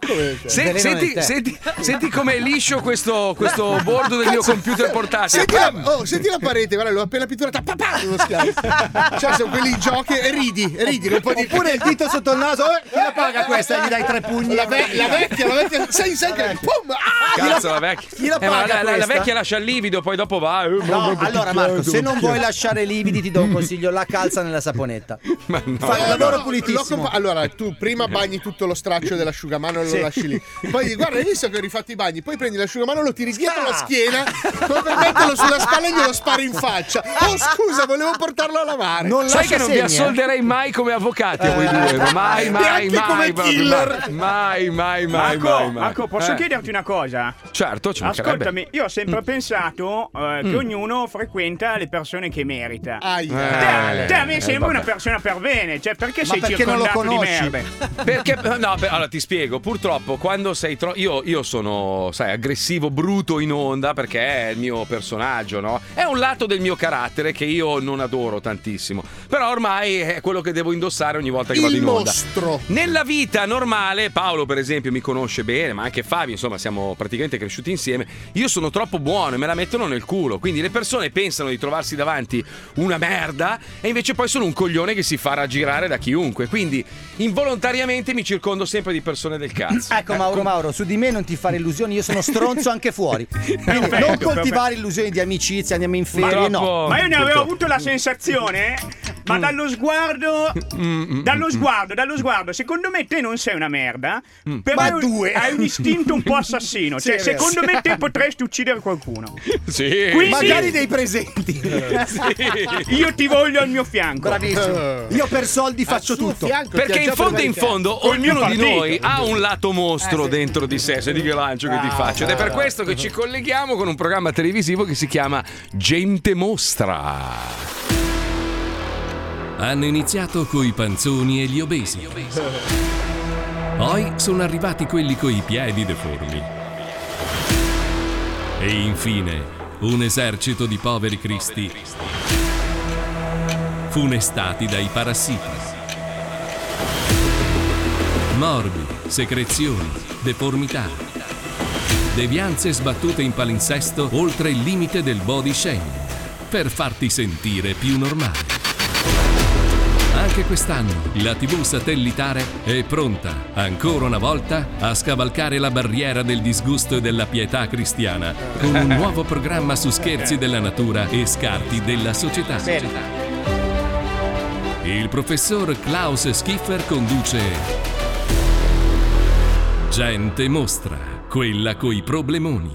Senti com'è liscio questo bordo del mio computer portatile. Senti la parete, guarda, l'ho appena pitturata. Uno schiaffo. Cioè, sono quelli giochi e ridi, non puoi dire. Oppure il dito sotto il naso, chi la paga questa? Gli dai 3 pugni. La vecchia, sai che pum! Cazzo, la vecchia. Chi la paga la vecchia lascia il livido, poi dopo va. No, allora Marco, se non vuoi lasciare lividi, ti do un consiglio: la calza nella saponetta. Ma no. Fa il lavoro pulitissimo. Allora, tu prima bagni tutto lo straccio dell'asciugamano e lo lasci lì. Poi guarda, hai visto che ho rifatto i bagni? Poi prendi l'asciugamano, lo tiri dietro la schiena, come per metterlo sulla spalla e glielo spari in faccia. Oh, scusa, volevo portarlo a lavare. Sai che non vi assolderei mai come avvocati a voi due. Mai. Marco, posso chiederti una cosa? Certo, ci mancherebbe. Ascoltami, io ho sempre pensato che ognuno frequenta le persone che merita. Te a me sembra una persona per bene, cioè perché sei circondato di merde? Perché allora ti spiego, purtroppo quando sei io sono, sai, aggressivo, bruto in onda perché è il mio personaggio, no? È un lato del mio carattere che io non adoro tantissimo, però ormai è quello che devo indossare ogni volta che vado in onda. Mostro. Nella vita normale, Paolo per esempio mi conosce bene, ma anche Fabio, insomma siamo praticamente cresciuti insieme. Io sono troppo buono e me la mettono nel culo, quindi le persone pensano di trovarsi davanti una merda e invece poi sono un coglione che si fa raggirare da chiunque, quindi involontariamente mi circondo sempre di persone del cazzo. Ecco Mauro, su di me non ti fare illusioni, io sono stronzo anche fuori. Quindi non coltivare illusioni di amicizia, andiamo in ferie, no. Ma io ne avevo avuto la sensazione, ma dallo sguardo, secondo me te non sei una merda, però hai un istinto un po' assassino, cioè secondo me te potresti uccidere qualcuno. Sì. Quindi, magari dei presenti. Io ti voglio al mio fianco. Bravissimo. Io per soldi faccio tutto. Perché in fondo ognuno di noi ha un lato mostro dentro di sé, se di che lancio che ti faccio. Ed è per questo che ci colleghiamo con un programma televisivo che si chiama Gente Mostra. Hanno iniziato coi panzoni e gli obesi. Poi sono arrivati quelli coi piedi deformi. E infine un esercito di poveri cristi funestati dai parassiti. Morbi, secrezioni, deformità, devianze sbattute in palinsesto oltre il limite del body shaming per farti sentire più normale. Anche quest'anno la TV satellitare è pronta, ancora una volta, a scavalcare la barriera del disgusto e della pietà cristiana con un nuovo programma su scherzi della natura e scarti della società. Il professor Klaus Schiffer conduce Gente Mostra, quella coi problemoni.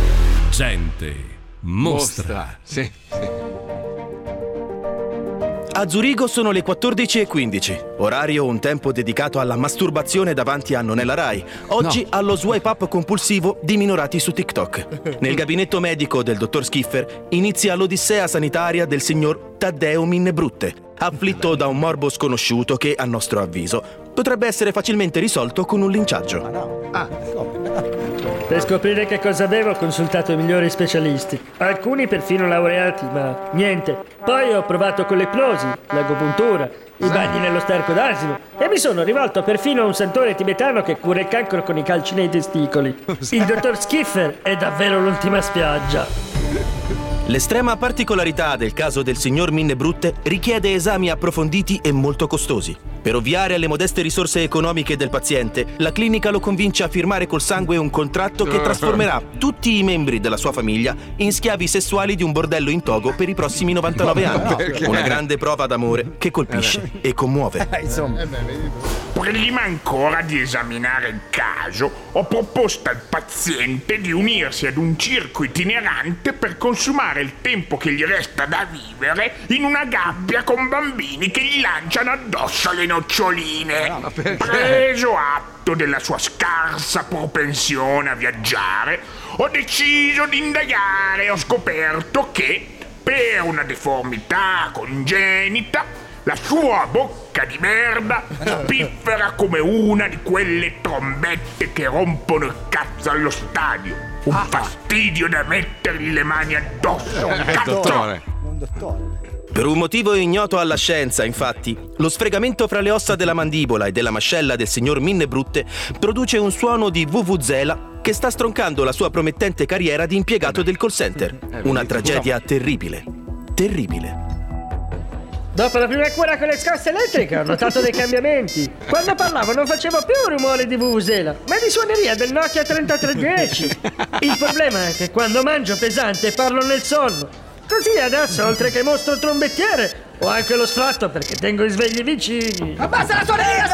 Gente Mostra. Sì. A Zurigo sono le 14:15, orario un tempo dedicato alla masturbazione davanti a Non è la Rai, oggi allo swipe up compulsivo di minorati su TikTok. Nel gabinetto medico del dottor Schiffer inizia l'odissea sanitaria del signor Taddeo Minnebrutte, afflitto da un morbo sconosciuto che, a nostro avviso, potrebbe essere facilmente risolto con un linciaggio. Per scoprire che cosa avevo ho consultato i migliori specialisti, alcuni perfino laureati, ma niente. Poi ho provato con l'ipnosi, l'agopuntura, i bagni nello sterco d'asino e mi sono rivolto perfino a un santore tibetano che cura il cancro con i calci nei testicoli. Il dottor Schiffer è davvero l'ultima spiaggia. L'estrema particolarità del caso del signor Minnebrutte richiede esami approfonditi e molto costosi. Per ovviare alle modeste risorse economiche del paziente, la clinica lo convince a firmare col sangue un contratto che trasformerà tutti i membri della sua famiglia in schiavi sessuali di un bordello in Togo per i prossimi 99 anni. Una grande prova d'amore che colpisce e commuove. Prima ancora di esaminare il caso, ho proposto al paziente di unirsi ad un circo itinerante per consumare il tempo che gli resta da vivere in una gabbia con bambini che gli lanciano addosso le noccioline. Preso atto della sua scarsa propensione a viaggiare, ho deciso di indagare e ho scoperto che, per una deformità congenita, la sua bocca di merda spiffera come una di quelle trombette che rompono il cazzo allo stadio. Un fastidio da mettergli le mani addosso. Dottore. Per un motivo ignoto alla scienza, infatti, lo sfregamento fra le ossa della mandibola e della mascella del signor Minnebrutte produce un suono di vuvuzela che sta stroncando la sua promettente carriera di impiegato del call center. Una tragedia terribile. Terribile. Dopo la prima cura con le scosse elettriche ho notato dei cambiamenti. Quando parlavo non facevo più rumore di vuvuzela, ma di suoneria del Nokia 3310. Il problema è che quando mangio pesante parlo nel sonno. Così adesso, oltre che mostro trombettiere, ho anche lo sfratto perché tengo i svegli vicini. Abbassa la suoneria,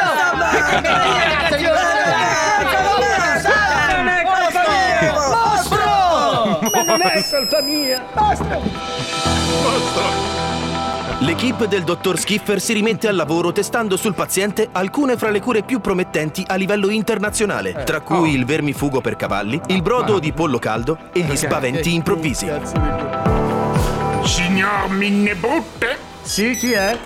Mostro! Ma non è colpa mia! Mostro! L'equipe del dottor Schiffer si rimette al lavoro testando sul paziente alcune fra le cure più promettenti a livello internazionale, tra cui il vermifugo per cavalli, il brodo di pollo caldo e gli spaventi improvvisi. Signor Minnebrutte? Sì, chi è?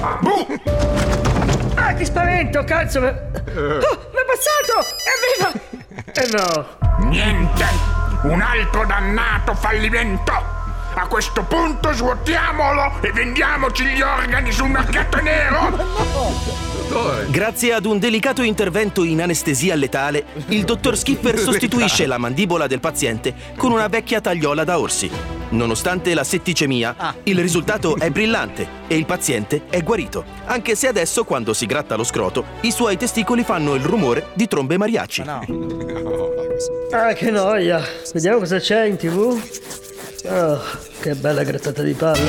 Ah, che spavento, cazzo! Oh, m'è passato! Evviva! No! Niente! Un altro dannato fallimento! A questo punto svuotiamolo e vendiamoci gli organi sul mercato nero! Grazie ad un delicato intervento in anestesia letale, il dottor Schiffer sostituisce la mandibola del paziente con una vecchia tagliola da orsi. Nonostante la setticemia, il risultato è brillante e il paziente è guarito, anche se adesso, quando si gratta lo scroto, i suoi testicoli fanno il rumore di trombe mariachi. Ah, che noia! Vediamo cosa c'è in TV. Oh, che bella grattata di palle.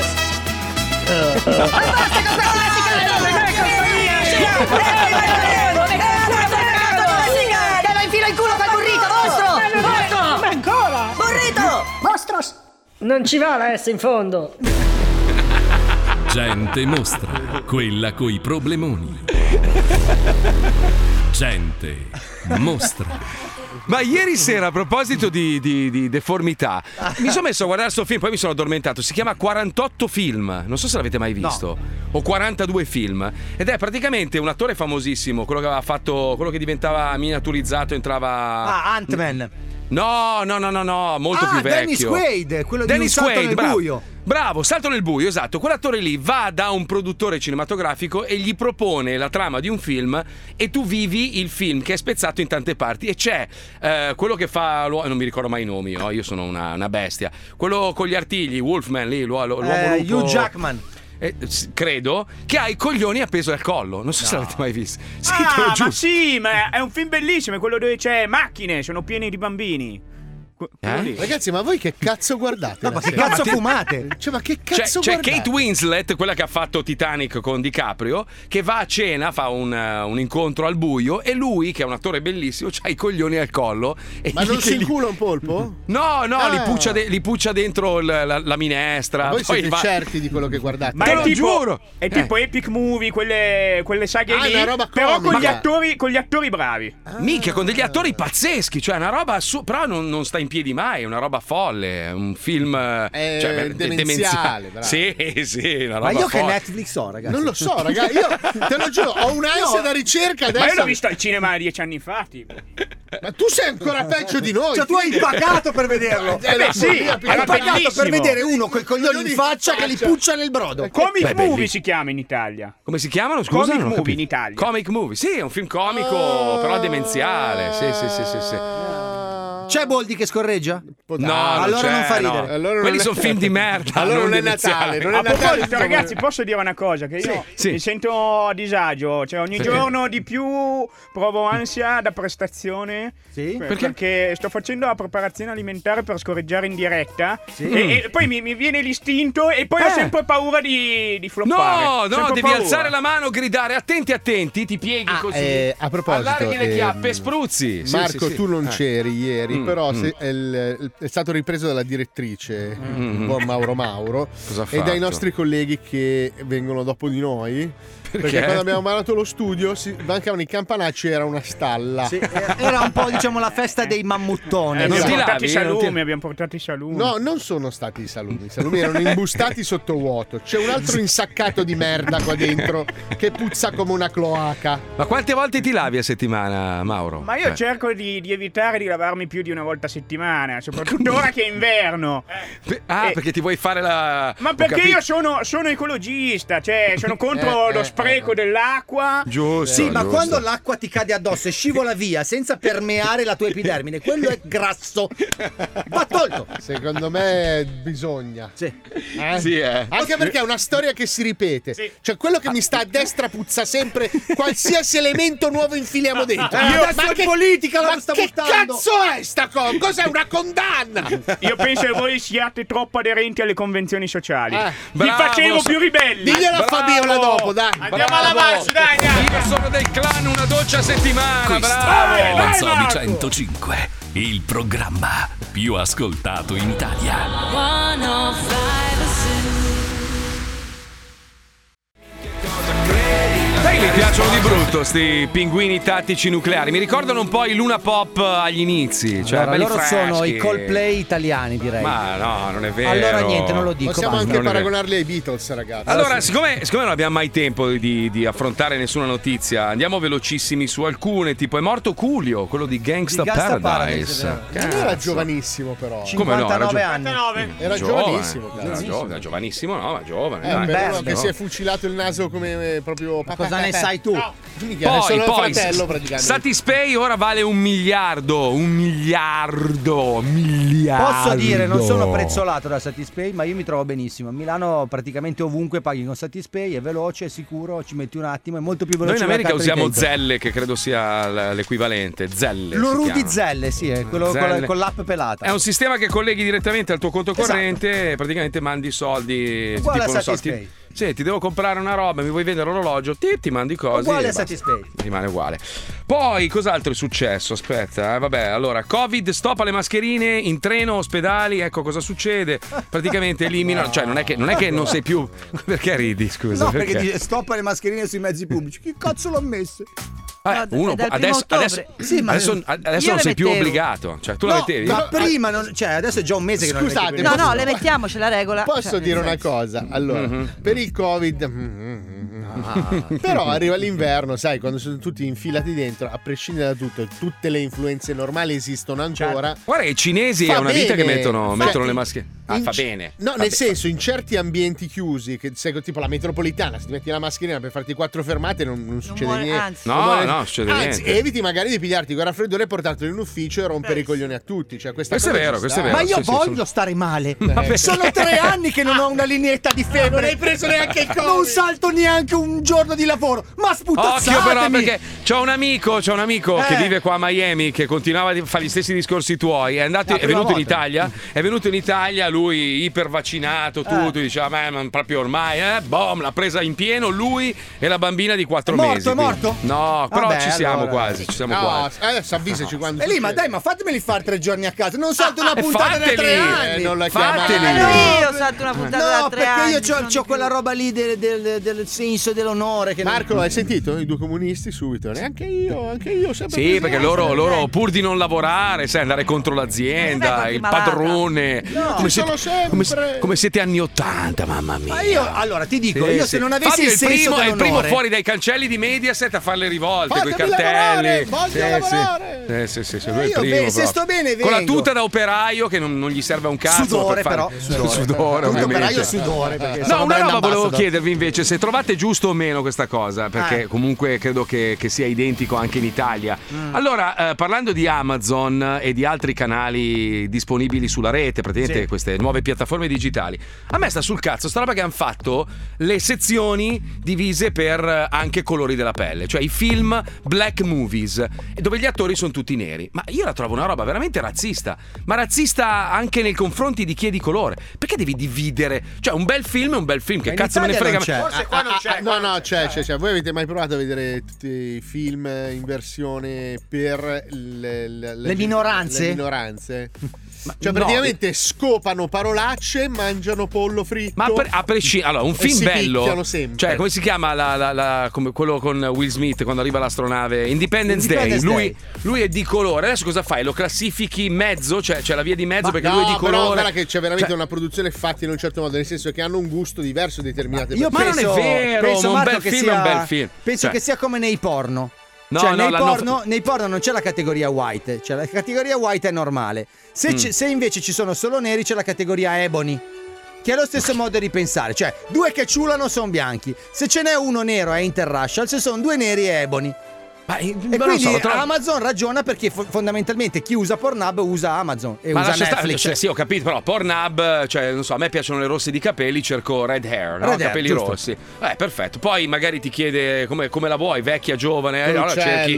Te lo infilo in culo col burrito, mostro! Ma ancora? Burrito! Mostros! Non ci va la S in fondo. Gente mostra, quella coi problemoni. Gente mostra. Ma ieri sera, a proposito di deformità, mi sono messo a guardare questo film, poi mi sono addormentato. Si chiama 48 film, non so se l'avete mai visto, o 42 film, ed è praticamente un attore famosissimo, quello che aveva fatto, quello che diventava miniaturizzato, entrava... Ant-Man. No, molto più vecchio. Dennis Quaid, quello di Un salto nel buio. Bravo, Salto nel buio, esatto. Quell'attore lì va da un produttore cinematografico e gli propone la trama di un film e tu vivi il film che è spezzato in tante parti. E c'è quello che fa, non mi ricordo mai i nomi, io sono una bestia. Quello con gli artigli, Wolfman lì, l'uomo lupo. Hugh Jackman. Credo che ha i coglioni appesi al collo. Non so se l'avete mai visto. Sì, ma sì, ma è un film bellissimo. È quello dove c'è macchine, sono pieni di bambini. Ragazzi, ma voi che cazzo guardate? No, ma che cazzo fumate? Cioè, ma che cazzo c'è guardate? Kate Winslet, quella che ha fatto Titanic con DiCaprio, che va a cena, fa un incontro al buio e lui, che è un attore bellissimo, c'ha i coglioni al collo. E Ma non si incula un polpo? No, li puccia dentro la minestra. Ma voi poi siete certi di quello che guardate? Ma te lo giuro. È tipo Epic Movie, quelle saghe lì, una roba però con comica. gli attori bravi. Mica, con degli attori pazzeschi, cioè una roba però non sta in piedi mai, è una roba folle, un film demenziale. Sì, una roba Ma io folle. che Netflix ho, ragazzi? Non lo so, raga, io te lo giuro, ho un'ansia da ricerca adesso. Ma io l'ho visto al cinema 10 anni fa, tipo. Ma tu sei ancora peggio di noi. Cioè tu hai pagato per vederlo. Sì, hai pagato bellissimo. per vedere uno coi coglioni in faccia che li puccia nel brodo. Comic Movie si chiama in Italia. Come si chiamano? Scusa, Comic Movie in Italia. Comic Movie, sì, è un film comico, però demenziale. Sì. C'è Boldi che scorreggia? No, allora non fa ridere. No. Allora quelli sono film di merda. Allora non è demenziale. Natale. A proposito, ragazzi, posso dire una cosa? Che io mi sento a disagio. Cioè, ogni giorno di più provo ansia da prestazione. Sì? Perché sto facendo la preparazione alimentare per scorreggiare in diretta. Sì. E poi mi viene l'istinto. E poi ho sempre paura di floppare. No, devi alzare la mano, gridare attenti, ti pieghi così. A proposito, allarghi le chiappe e spruzzi. Marco, tu non c'eri ieri, però è stato ripreso dalla direttrice, il buon Mauro, e dai nostri colleghi che vengono dopo di noi. Perché quando abbiamo mandato lo studio mancavano i campanacci, era una stalla. Sì, era un po', diciamo, la festa dei mammuttoni. Abbiamo portato i salumi. No, non sono stati i salumi. I salumi erano imbustati sotto vuoto. C'è un altro insaccato di merda qua dentro che puzza come una cloaca. Ma quante volte ti lavi a settimana, Mauro? Ma io cerco di evitare di lavarmi più di una volta a settimana, soprattutto ora che è inverno. Perché ti vuoi fare la... Ma perché io sono ecologista, cioè sono contro lo spreco dell'acqua. Giusto. Sì, ma quando l'acqua ti cade addosso e scivola via senza permeare la tua epidermine, quello è grasso. Va tolto. Secondo me bisogna. Sì. Anche perché è una storia che si ripete. Sì. Cioè quello che mi sta a destra puzza sempre, qualsiasi elemento nuovo infiliamo dentro. Ma che politica la sta che buttando? Cazzo è sta cosa? Cos'è una condanna? Io penso che voi siate troppo aderenti alle convenzioni sociali. Vi facevo più ribelli. Diglielo a Fabiola dopo, dai. Andiamo a lavarci, dai. Io sono del clan una doccia a settimana. Questo Bravo. è Manzoni 105, il programma più ascoltato in Italia. Mi piacciono di brutto sti pinguini tattici nucleari. Mi ricordano un po' i Luna Pop agli inizi. Cioè, allora, belli loro freschi. sono i Coldplay italiani, direi. Ma no, non è vero. Allora niente, non lo dico. Possiamo anche paragonarli ai Beatles, ragazzi. Allora, siccome non abbiamo mai tempo di affrontare nessuna notizia, andiamo velocissimi su alcune. Tipo, è morto Coolio, quello di Gangsta Paradise. Non era giovanissimo, però. 59 anni. Era giovanissimo. Era giovanissimo, no, ma giovane. Quello che si è fucilato il naso come proprio. Cosa ne sai tu? Sono il fratello praticamente. Satispay ora vale $1 miliardo. Posso dire, non sono prezzolato da Satispay, ma io mi trovo benissimo. A Milano praticamente ovunque paghi con Satispay, è veloce, è sicuro, ci metti un attimo, è molto più veloce. Noi in America usiamo Zelle, che credo sia l'equivalente. Zelle. L'Uru di Zelle, sì, è quello con l'app pelata. È un sistema che colleghi direttamente al tuo conto corrente e praticamente mandi soldi. Uguale a Satispay. Sì, ti devo comprare una roba, mi vuoi vendere l'orologio, ti mandi cose. Uguale a Satispay. Rimane uguale. Poi, cos'altro è successo? Aspetta, vabbè, allora, Covid, stop alle mascherine in treno, ospedali, ecco cosa succede. Praticamente eliminano, cioè non è che non sei più... Perché ridi, scusa? No, perché dice stop alle mascherine sui mezzi pubblici. Chi cazzo l'ha messe? Adesso non sei più obbligato. Cioè, tu la mettevi? Ma prima, adesso è già un mese che non le mettiamo. No, le mettiamo, c'è la regola. Posso dire una cosa? Allora, per il Covid, però arriva l'inverno, sai, quando sono tutti infilati dentro, a prescindere da tutto, tutte le influenze normali esistono ancora. Guarda, i cinesi è una vita che mettono le maschere. fa bene. No, nel senso, in certi ambienti chiusi, che tipo la metropolitana, se ti metti la mascherina per farti 4 fermate non succede niente. Anzi. Non succede niente. Eviti magari di pigliarti quel raffreddore e portartelo in ufficio e rompere i coglioni a tutti. Cioè, questo è vero, Ma io voglio stare male. Sono 3 anni che non ho una lineetta di febbre. Non hai preso neanche il Covid. Non salto neanche un giorno di lavoro. Ma sputazzatemi. Occhio però, perché c'ho un amico che vive qua a Miami, che continuava a fare gli stessi discorsi tuoi. È venuto in Italia. È venuto in Italia, lui ipervaccinato, tutto. Diceva, ma proprio ormai, boom, l'ha presa in pieno lui e la bambina di 4 mesi. È morto? No, però ci siamo quasi. Quasi. Adesso avvisaci quando. E lì, ma dai, ma fatemeli fare 3 giorni a casa. Non salto una puntata da 3 anni. Non la Io salto una puntata da 3 anni. Perché io c'ho quella roba lì del senso dell'onore. Marco, hai sentito? I 2 comunisti subito. Anche io sempre. Sì, perché loro pur di non lavorare, sai, andare contro l'azienda, il padrone. Come siete anni 80, mamma mia. Ma io, allora, ti dico, se non avessi il senso dell'onore, è il primo fuori dai cancelli di Mediaset a fare le rivolte con i cartelli. Voglio lavorare. Sì, lui è il primo. Se sto bene, vengo. Con la tuta da operaio che non gli serve a un cazzo. Sudore, per fare... però. Sudore, ovviamente. Operaio sudore. No, una roba volevo chiedervi invece, se trovate giusto o meno questa cosa, perché comunque credo che sia identico anche in Italia. Allora, parlando di Amazon e di altri canali disponibili sulla rete, praticamente queste nuove piattaforme digitali, a me sta sul cazzo sta roba che hanno fatto le sezioni divise per anche colori della pelle, cioè i film black movies, dove gli attori sono tutti neri. Ma io la trovo una roba veramente razzista, ma razzista anche nei confronti di chi è di colore. Perché devi dividere? Cioè, un bel film è un bel film, che cazzo me ne frega? Forse qua non c'è. No, c'è. Voi avete mai provato a vedere tutti i film in versione per le minoranze? Le minoranze? Cioè, praticamente scopano parolacce, mangiano pollo fritto. Ma a prescindere, allora, un film bello. Sempre. Cioè, come si chiama come quello con Will Smith quando arriva l'astronave? Independence Day. Lui è di colore. Adesso cosa fai? Lo classifichi in mezzo? Cioè, c'è la via di mezzo perché lui è di colore. Però guarda che c'è veramente una produzione fatta in un certo modo, nel senso che hanno un gusto diverso determinate persone. Ma non è vero, un bel film è un bel film. Penso che sia come nei porno. Nei porno non c'è la categoria white, cioè la categoria white è normale. Se invece ci sono solo neri, c'è la categoria ebony, che è lo stesso modo di pensare, cioè 2 che ciulano sono bianchi, se ce n'è uno nero è interracial, se sono 2 neri è ebony. E quindi Amazon ragiona perché fondamentalmente chi usa Pornhub usa Amazon e usa Netflix. Sì, ho capito, però Pornhub, cioè non so, a me piacciono le rosse di capelli, cerco red hair, no? Capelli rossi. Perfetto. Poi magari ti chiede come la vuoi, vecchia, giovane, allora cerchi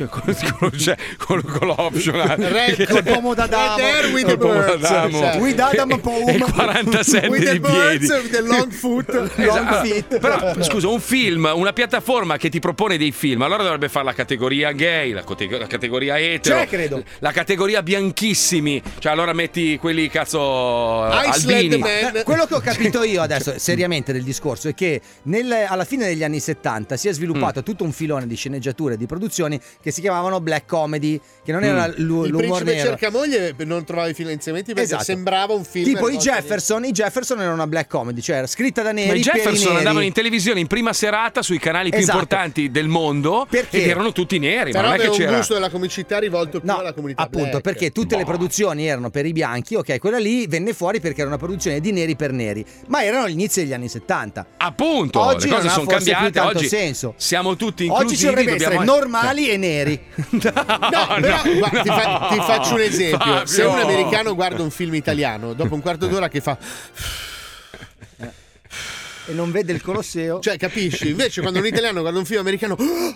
con l'optional. Red pomo da damo. Red hair with the birds. With Adam Pomo. E 47 with di piedi. With the long foot. Long feet. Però scusa, un film, una piattaforma che ti propone dei film, allora dovrebbe fare la categoria gay, la categoria etero, credo. La categoria bianchissimi, cioè allora metti quelli cazzo albini. Quello che ho capito io adesso seriamente del discorso è che alla fine degli anni 70 si è sviluppato tutto un filone di sceneggiature e di produzioni che si chiamavano black comedy, che non era l'umore nero. Il principe cerca moglie, non trovavi finanziamenti perché sembrava un film tipo i Jefferson era una black comedy, cioè era scritta da neri. Ma i Jefferson andavano in televisione in prima serata sui canali più importanti del mondo ed erano tutti neri. Però ma non è che c'era un gusto della comicità rivolto più alla comunità appunto black. Perché tutte le produzioni erano per i bianchi, ok, quella lì venne fuori perché era una produzione di neri per neri, ma erano gli inizi degli anni 70. Appunto, oggi le cose sono cambiate, oggi senso. Siamo tutti inclusivi, oggi ci dovrebbe essere normali e neri. Ti faccio un esempio. Se un americano guarda un film italiano, dopo un quarto d'ora che fa e non vede il Colosseo, cioè, capisci? Invece quando un italiano guarda un film americano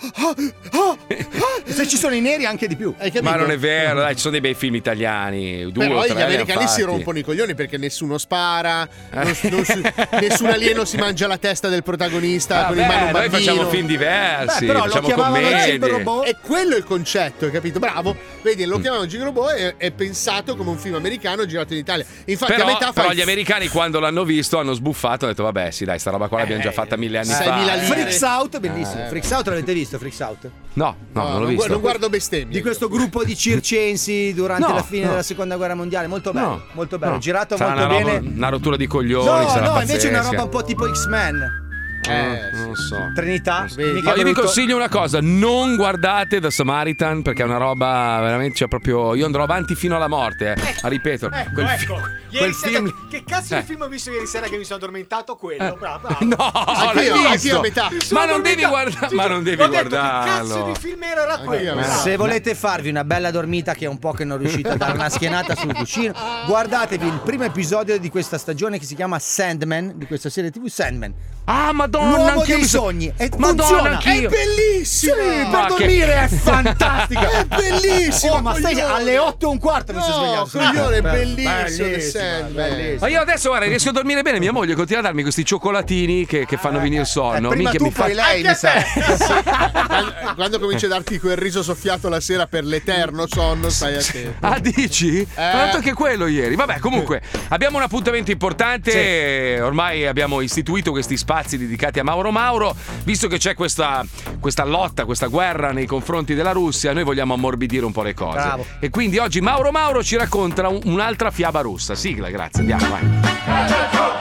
se ci sono i neri anche di più. Ma non è vero, dai, ci sono dei bei film italiani, 2 o 3. Gli americani si rompono i coglioni perché nessuno spara, nessun alieno si mangia la testa del protagonista con in mano un bambino. Noi facciamo film diversi, però facciamo commedie. E quello è il concetto, hai capito? Bravo. Vedi, lo chiamano Gigrobot, è pensato come un film americano girato in Italia. Infatti però gli americani quando l'hanno visto hanno sbuffato, hanno detto vabbè sì dai, sta roba qua l'abbiamo già fatta 1000 anni fa. Freaks Out, bellissimo. Freaks Out l'avete visto? Freaks Out? No, non l'ho visto. Non guardo bestemmie. Di questo gruppo di circensi durante la fine della seconda guerra mondiale, molto bello, molto bello, girato molto bene. Una rottura di coglioni. No, invece è una roba un po' tipo X-Men. Non so. Trinità. No, io vi consiglio una cosa: non guardate The Samaritan, perché è una roba veramente, cioè proprio io andrò avanti fino alla morte, a ripeto. Quel film. Che cazzo di film ho visto ieri sera che mi sono addormentato? Quello, bravo. No, l'hai visto? A metà. Ma non devi guardare, ma non devi guardarlo. Che cazzo di film era quello? Se volete farvi una bella dormita, che è un po' che non riuscite a dare una schienata sul cuscino, guardatevi il primo episodio di questa stagione che si chiama Sandman, di questa serie TV Sandman. Ah, madonna, l'uomo anch'io dei sogni. E Madonna, funziona. anch'io. È bellissimo. Sì, per dormire è fantastica. È bellissimo. Ma stai alle 8:15 mi sono svegliato. Coglione, è bellissimo. Ma io adesso, guarda, riesco a dormire bene. Mia moglie continua a darmi questi cioccolatini che fanno venire sonno. Prima Minchia, tu, mi fa poi lei, mi sa. Quando cominci a darti quel riso soffiato la sera per l'eterno sonno, stai attento. Ah, dici? Ho fatto anche quello ieri. Vabbè, comunque, abbiamo un appuntamento importante. Ormai abbiamo istituito questi spazi dedicati a Mauro Mauro. Visto che c'è questa lotta, questa guerra nei confronti della Russia, noi vogliamo ammorbidire un po' le cose. Bravo. E quindi oggi Mauro Mauro ci racconta un'altra fiaba russa. Sigla, grazie, andiamo, vai.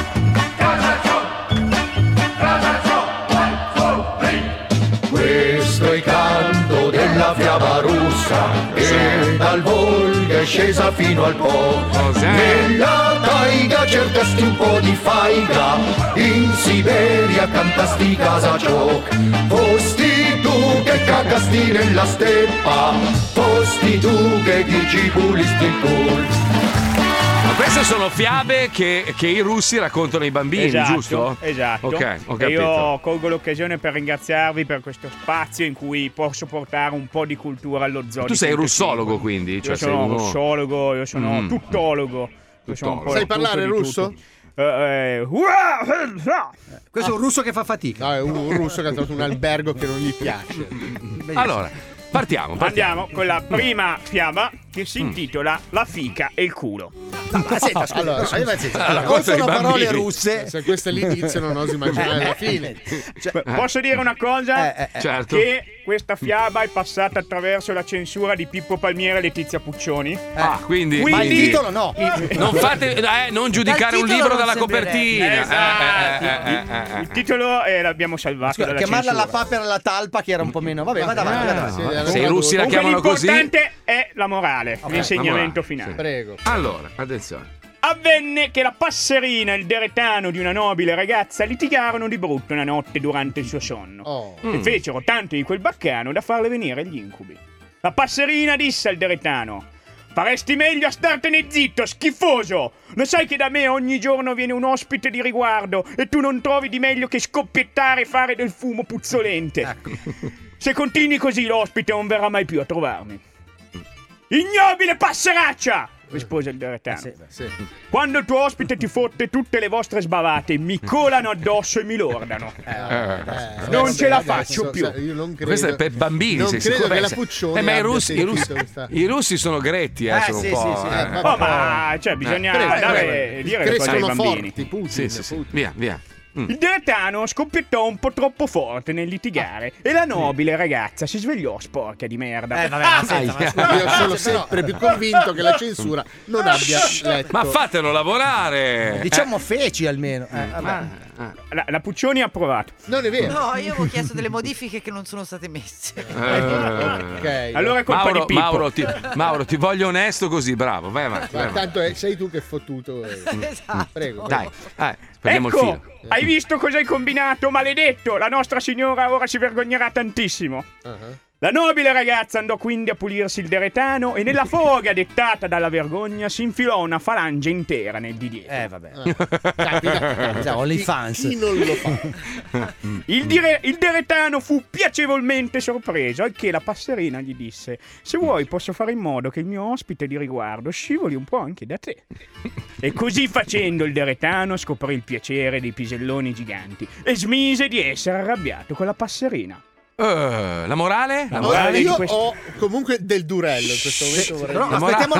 Questo è il canto della fiaba russa che dal Volga è scesa fino al Po. Nella taiga cercasti un po' di faiga, in Siberia cantasti Kazachok. Fosti tu che cagasti nella steppa, fosti tu che dici pulisti il cul. Ma queste sono fiabe che i russi raccontano ai bambini, Esatto, giusto? Esatto. Ok, ho E capito. io colgo l'occasione per ringraziarvi per questo spazio in cui posso portare un po' di cultura allo zoo. Tu sei russologo, quindi? Io Cioè, sei sono uno... russologo, io sono tuttologo. Io sono un po' Sai tutto parlare di russo? tutto. Questo è un russo che fa fatica. No, è un russo che ha trovato un albergo che non gli piace. Allora, partiamo. Andiamo con la prima fiaba che si intitola La fica e il culo. Ma senta, scusa, Allora, o sono parole russe. Se questo è l'inizio non oso immaginare la fine. Posso dire una cosa? Certo. Che questa fiaba è passata attraverso la censura di Pippo Palmieri e Letizia Puccioni. Ah, quindi Ma il titolo no. non fate, non giudicare un libro dalla copertina. Esatto. Il titolo l'abbiamo salvato. Scusa, dalla chiamarla censura. la papera alla talpa, che era un po' meno. Vabbè, vada avanti. Se i russi la Comunque chiamano così. l'importante è la morale, l'insegnamento la morale, finale. Prego. Allora, attenzione. Avvenne che la passerina e il deretano di una nobile ragazza litigarono di brutto una notte durante il suo sonno e fecero tanto di quel baccano da farle venire gli incubi. La passerina disse al deretano: faresti meglio a startene zitto, schifoso! Lo sai che da me ogni giorno viene un ospite di riguardo e tu non trovi di meglio che scoppiettare e fare del fumo puzzolente. Ecco. Se continui così l'ospite non verrà mai più a trovarmi. Ignobile passeraccia! Rispose il deretano. Quando il tuo ospite ti fotte tutte le vostre sbavate, mi colano addosso e mi lordano. Non ce la faccio più. Io non credo. Questo è per bambini. Non sei credo sicuro? che la Puccioni ma abbia sentito questa. i russi sono gretti, sono un po'. Ma cioè, bisogna dire le cose ai bambini. Forti, Putin, Sì. Via. Il deretano scoppiettò un po' troppo forte nel litigare e la nobile ragazza si svegliò sporca di merda. Io sono sempre più convinto che la censura non abbia letto. Ma fatelo lavorare. Diciamo feci almeno. La Puccioni ha approvato. Non è vero. No, io avevo chiesto delle modifiche che non sono state messe. Ok. Allora è colpa di Pippo. Mauro, ti voglio onesto così, bravo. Vai avanti. Ma tanto sei tu che fottuto. Prego. Dai, prendiamo il filo. Hai visto cosa hai combinato, maledetto? La nostra signora ora si vergognerà tantissimo. La nobile ragazza andò quindi a pulirsi il deretano e nella foga dettata dalla vergogna si infilò una falange intera nel di dietro. OnlyFans. Chi non lo fa? Il deretano fu piacevolmente sorpreso, al che la passerina gli disse: se vuoi posso fare in modo che il mio ospite di riguardo scivoli un po' anche da te. E così facendo il deretano scoprì il piacere dei piselloni giganti e smise di essere arrabbiato con la passerina. La morale? Io ho comunque del durello in questo momento. Però aspettiamo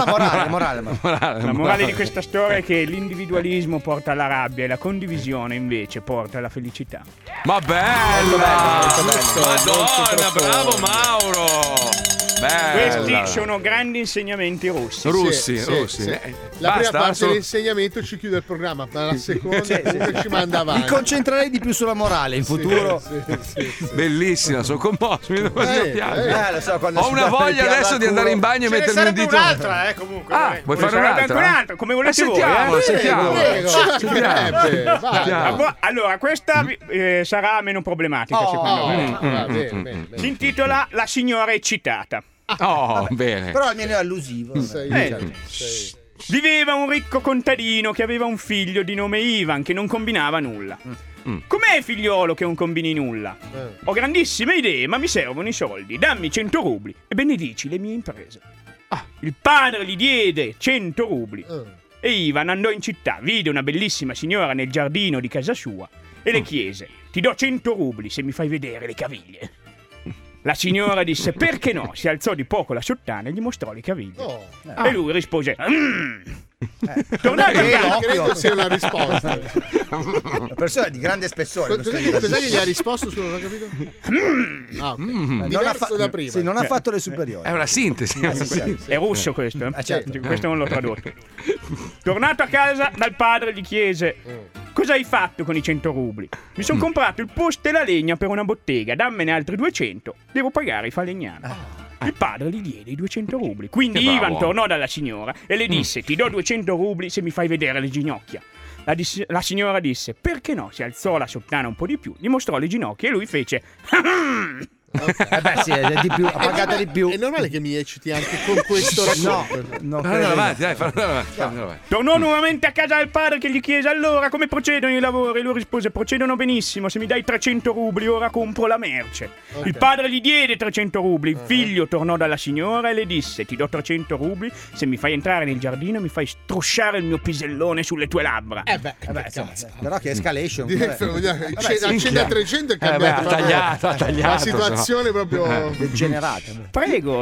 La morale di questa storia è che l'individualismo porta alla rabbia e la condivisione invece porta alla felicità. Ma bello! Madonna, bravo Mauro! Questi sono grandi insegnamenti russi. Russi. La prima parte dell'insegnamento ci chiude il programma, ma la seconda ci manda avanti. Mi concentrerei di più sulla morale in futuro. Bellissima, sono commosso. Mi lo so, ho una voglia adesso di andare in bagno e mettermi un dito. Un'altra, comunque. Vuoi fare un'altra? Come volete voi? Sentiamo. Allora, questa sarà meno problematica secondo me. Si intitola La signora eccitata. Bene. Però almeno è allusivo. Viveva un ricco contadino che aveva un figlio di nome Ivan che non combinava nulla. Com'è, figliolo, che non combini nulla? Ho grandissime idee, ma mi servono i soldi. Dammi 100 rubli e benedici le mie imprese. Il padre gli diede 100 rubli e Ivan andò in città, vide una bellissima signora nel giardino di casa sua e le chiese: ti do 100 rubli se mi fai vedere le caviglie. La signora disse: perché no? Si alzò di poco la sottana e gli mostrò le caviglie. E lui rispose: tornato a casa. Credo sia una risposta. Una persona di grande spessore. Cos'è che gli ha risposto? Non ho capito. Diverso da prima. Sì, non ha fatto le superiori. È una sintesi. È russo questo. Certo. Questo non l'ho tradotto. Tornato a casa dal padre gli chiese: cosa hai fatto con i 100 rubli? Mi sono comprato il posto e la legna per una bottega. Dammene altri 200. Devo pagare i falegnami. Il padre gli diede i 200 rubli. Quindi Ivan tornò dalla signora e le disse: ti do 200 rubli se mi fai vedere le ginocchia. La signora disse: perché no? Si alzò la sottana un po' di più, gli mostrò le ginocchia e lui fece: sì, è di più, ha pagato di più. È normale che mi ecciti anche con questo racconto. No, Andiamo avanti, dai, fallo avanti. Tornò nuovamente a casa del padre che gli chiese: allora come procedono i lavori? E lui rispose: procedono benissimo, se mi dai 300 rubli ora compro la merce. Il padre gli diede 300 rubli. Il figlio tornò dalla signora e le disse: ti do 300 rubli se mi fai entrare nel giardino e mi fai strusciare il mio pisellone sulle tue labbra. Però che escalation. Accende a 300 e cambia. Ha tagliato. La situazione proprio degenerata. Prego,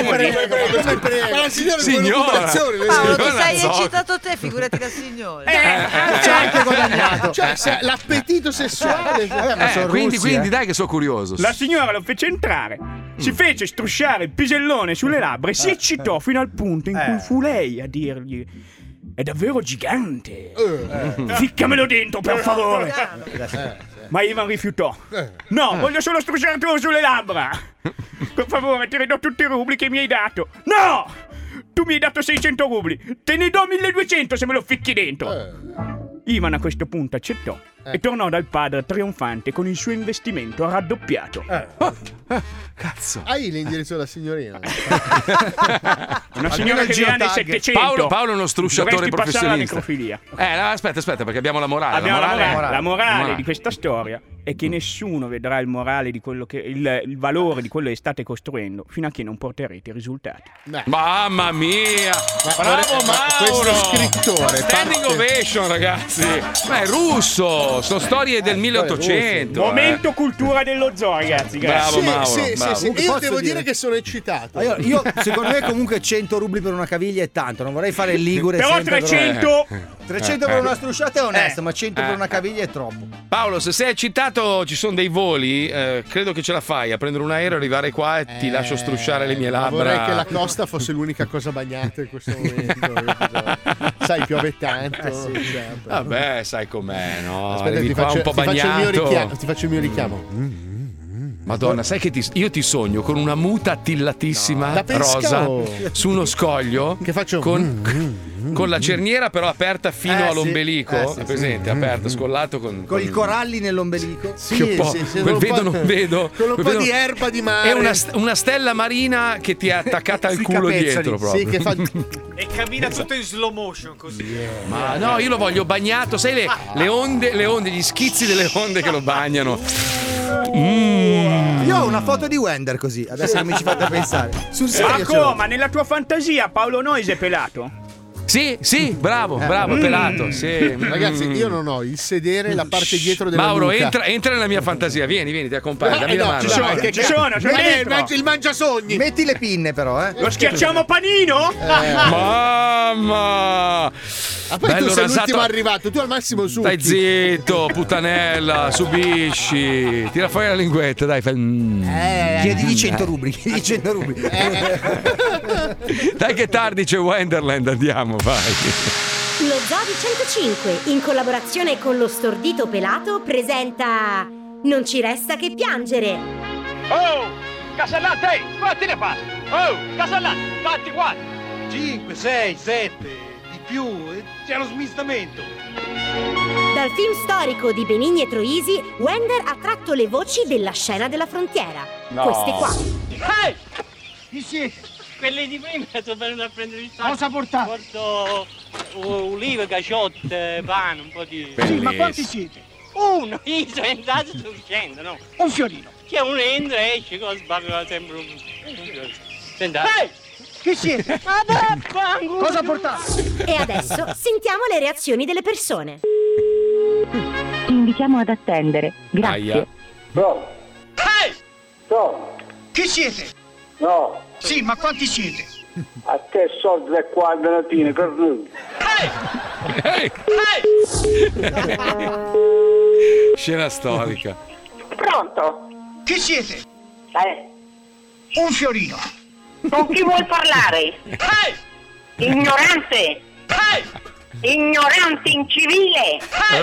signora. Paolo, ti sei eccitato te, figurati la signora. C'è anche guadagnato. Cioè, l'appetito sessuale. Quindi dai che sono curioso. La signora lo fece entrare, si fece strusciare il pisellone sulle labbra e si eccitò fino al punto in cui fu lei a dirgli: è davvero gigante. Ficcamelo dentro, per favore. Ma Ivan rifiutò. No, voglio solo strusciartelo sulle labbra. Per favore, ti ridò tutti i rubli che mi hai dato. No! Tu mi hai dato 600 rubli. Te ne do 1200 se me lo ficchi dentro. Ivan a questo punto accettò e tornò dal padre trionfante con il suo investimento raddoppiato. Cazzo. Hai l'indirizzo della signorina? Una signora che viene anni 700. Paolo è uno strusciatore professionista. Necrofilia. Aspetta, perché abbiamo la morale. Abbiamo la morale di questa storia è che nessuno vedrà il morale di quello che il valore di quello che state costruendo fino a che non porterete i risultati. Mamma mia! Bravo Mauro! Questo scrittore. Standing ovation, ragazzi. Ma è russo. Sono storie del 1800. Momento cultura dello zoo, ragazzi. Bravo Mauro. Sì. Io devo dire che sono eccitato. Io secondo me comunque 100 rubli per una caviglia è tanto. Non vorrei fare il ligure. Però 300 per una strusciata è onesto, ma 100 per una caviglia è troppo. Paolo, se sei eccitato ci sono dei voli, credo che ce la fai a prendere un aereo, arrivare qua e ti lascio strusciare le mie labbra. Vorrei che la costa fosse l'unica cosa bagnata in questo momento. Sai, piove tanto. Vabbè, sai com'è, no? Aspetta, ti faccio, un po' bagnato. Ti faccio il mio richiamo. Madonna, sai che io ti sogno con una muta attillatissima rosa su uno scoglio che faccio con la cerniera però aperta fino all'ombelico. È presente? Aperta, scollato con i coralli nell'ombelico. Vedo non vedo. Con un po' di erba di mare. È una stella marina che ti è attaccata al culo dietro proprio. Sì, che fa... E cammina tutto in slow motion così. Ma no, io lo voglio bagnato. Sai le onde, gli schizzi delle onde che lo bagnano. Io ho una foto di Wender così, adesso che mi ci fate pensare. Sul serio. Ma nella tua fantasia Paolo Noise è pelato? Sì, bravo, pelato. Sì. Ragazzi, io non ho il sedere, la parte dietro della Mauro, nuca. entra nella mia fantasia. Vieni, ti accompagno. Dammi la mano. Ci sono, il mangiasogni. Metti le pinne, però, eh. Lo schiacciamo panino? Mamma! Poi tu sei l'ultimo arrivato, tu al massimo su. Stai zitto, puttanella, subisci. Tira fuori la linguetta, dai. Chiedigli 100 rubli. Dai che tardi c'è Wonderland, andiamo, vai. Lo Zoo di 105, in collaborazione con lo Stordito Pelato, presenta Non ci resta che piangere. Oh, Casellante, quanti ne fai? Oh, Casellante, fatti quanti? 5, 6, 7, di più, c'è lo smistamento. Dal film storico di Benigni e Troisi, Wender ha tratto le voci della scena della frontiera. No. Queste qua. Ehi! Chi siete? Quelli di prima sono venuti a prendere il sacco. Cosa portate? Porto ulive, caciotte, pane, un po' di... Sì, ma quanti siete? Uno! Io sono entrato e sto uscendo, no? Un fiorino. Che uno entra e esce, cosa sbaveva sempre un... Senta. Ehi! Chi siete? Cosa portate? E adesso sentiamo le reazioni delle persone. Ti invitiamo ad attendere. Grazie. Aia. Bravo. Ehi! No. Chi siete? No. Sì, ma quanti siete? A te soldi da qua al mattino, per noi. Scena storica. Pronto? Chi siete? Un fiorino. Con chi vuoi parlare? Ignorante! Ignorante incivile!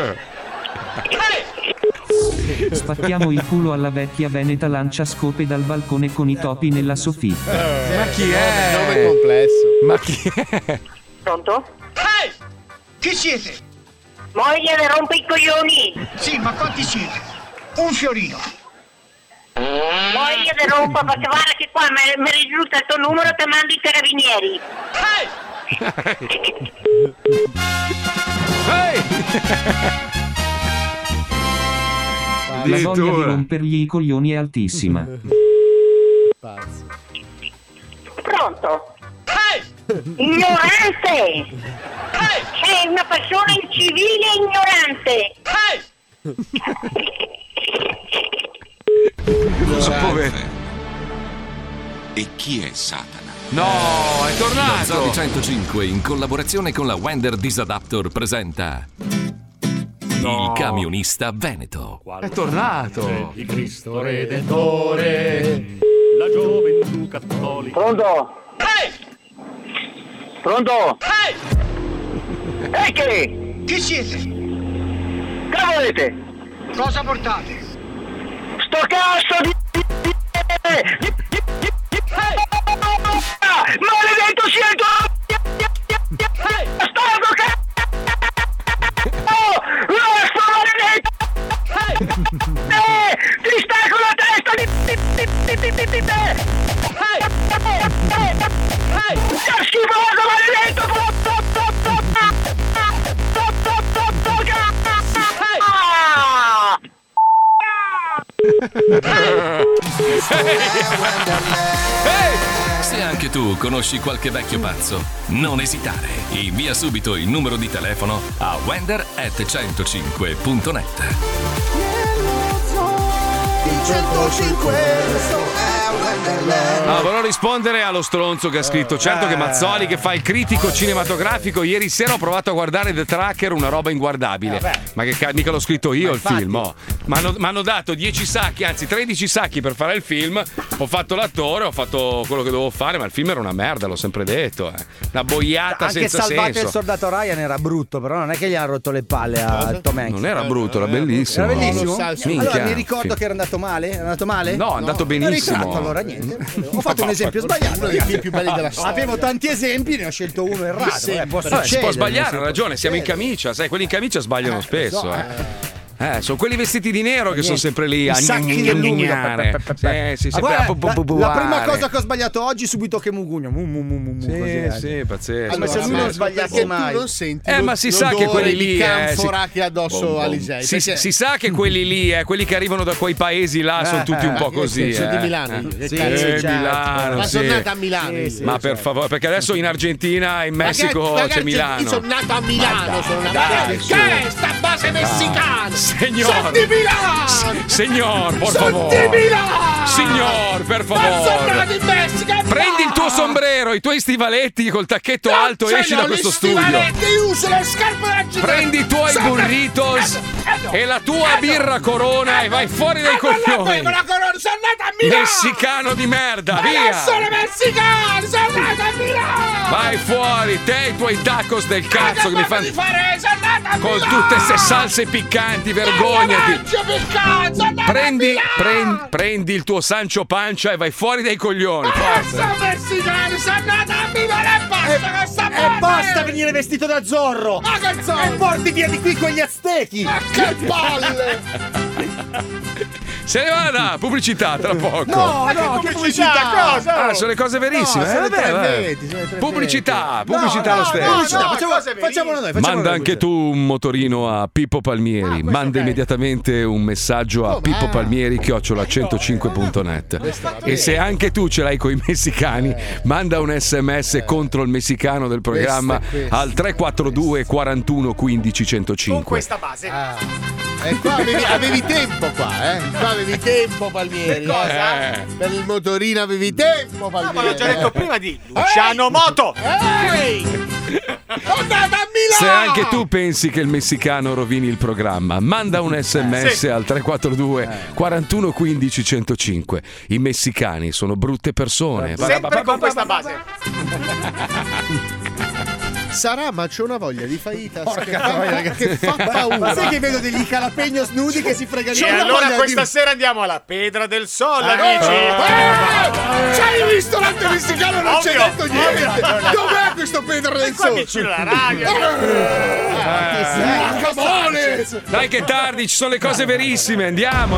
Spacchiamo il culo alla vecchia veneta lancia scope dal balcone con i topi nella soffitta. Ma chi è? Il nome è complesso. Ma chi è? Pronto? Chi siete? Moglie le rompe i coglioni! Sì, ma quanti siete? Un fiorino. Moglie le rompa, perché guarda che qua mi risulta il tuo numero e ti mando i carabinieri! La voglia di rompergli i coglioni è altissima. Pronto? Ignorante! Sei una persona incivile e ignorante! E chi è Satana? No, è tornato! Lo Zoo di 105 in collaborazione con la Wender Disadaptor presenta Il camionista veneto. È tornato! Di Cristo Redentore, la gioventù cattolica. Pronto? Pronto? Che? Chi siete? Che volete? Cosa portate? Sto cazzo di... Maledetto sia il tuo... Bastardo cazzo! Rospo maledetto! Ti stacco la testa di... Sia schifoso maledetto! Se anche tu conosci qualche vecchio pazzo, non esitare. Invia subito il numero di telefono a wender@105.net. No, volevo rispondere allo stronzo che ha scritto. Certo che Mazzoli, che fa il critico cinematografico, ieri sera ho provato a guardare The Tracker, una roba inguardabile. Ma che mica l'ho scritto io il film, oh. M'hanno dato 10 sacchi, anzi 13 sacchi per fare il film. Ho fatto l'attore, ho fatto quello che dovevo fare, ma il film era una merda, l'ho sempre detto. Una boiata anche senza senso. Anche Salvate il soldato Ryan era brutto, però non è che gli hanno rotto le palle a Tom Hanks. Non era brutto, era bellissimo. Era bellissimo? Minchia. Allora mi ricordo che era andato male? È andato male? No, è andato benissimo. Ritratto, allora niente. Ho fatto un esempio sbagliato. Uno dei film più belli della storia. Avevo tanti esempi, ne ho scelto uno errato. Si può sbagliare, ha ragione, siamo in camicia, sai, quelli in camicia sbagliano spesso. Sono quelli vestiti di nero che sono sempre lì a sacchi dell'umido. Sì, La prima cosa che ho sbagliato oggi, subito che mugugno. Sì, pazzesco. Ma se lui non sbagliasse mai. Tu non senti ma si sa che quelli lì canfora che addosso Alisei. Si sa che quelli lì, quelli che arrivano da quei paesi là, sono tutti un po' così. Sono di Milano. Milano. Ma sono nata a Milano. Ma per favore, perché adesso in Argentina e in Messico c'è Milano. Io sono nato a Milano, sono una che è sta base messicana? Signor, sono di Milano! Signor, per favore! Sono di Milano! Signor, per favore! Ma sono nato in Messico! Prendi il tuo sombrero, i tuoi stivaletti col tacchetto alto e esci da questo studio. Io uso le scarpe da ginnastica. Prendi i tuoi burritos e la tua birra Corona e vai fuori dai coglioni. La Corona, sono nato a Milano! Messicano di merda, ma via! Ma sono messicano, sono nato a Milano! Vai fuori, te e i tuoi tacos del cazzo che mi fanno con tutte ste salse piccanti, vergognati. Prendi il tuo Sancho Pancia e vai fuori dai coglioni. Sono messicano, sono nato a Milano e basta venire vestito da Zorro. Ma che Zorro? E porti via di qui quegli aztechi. Ma che palle! Se ne vada, pubblicità tra poco. No, che pubblicità? Cosa? Sono le cose verissime. Pubblicità lo stesso. Facciamolo noi. Manda anche tu un motorino a Pippo Palmieri. Manda immediatamente un messaggio a Pippo Palmieri @105.net. E se anche tu ce l'hai coi messicani, manda un SMS contro il messicano del programma al 342 41 15 105. Con questa base. Qua avevi tempo qua avevi tempo Palmieri. Per il motorino avevi tempo Palmieri. Ma l'ho già detto prima di Luciano Moto. Se anche tu pensi che il messicano rovini il programma, manda un SMS al 342 41 15 105. I messicani sono brutte persone. Sempre con questa base. Sarà, ma c'ho una voglia di faita che fa paura. Ma sai che vedo degli calapegno snudi che si fregano. E allora questa sera andiamo alla Pedra del Sol, amici. C'hai visto l'arte messicano? Non c'è detto niente. Dov'è questo Pedra del Sol? Vicino alla radio. Dai che tardi, ci sono le cose verissime. Andiamo.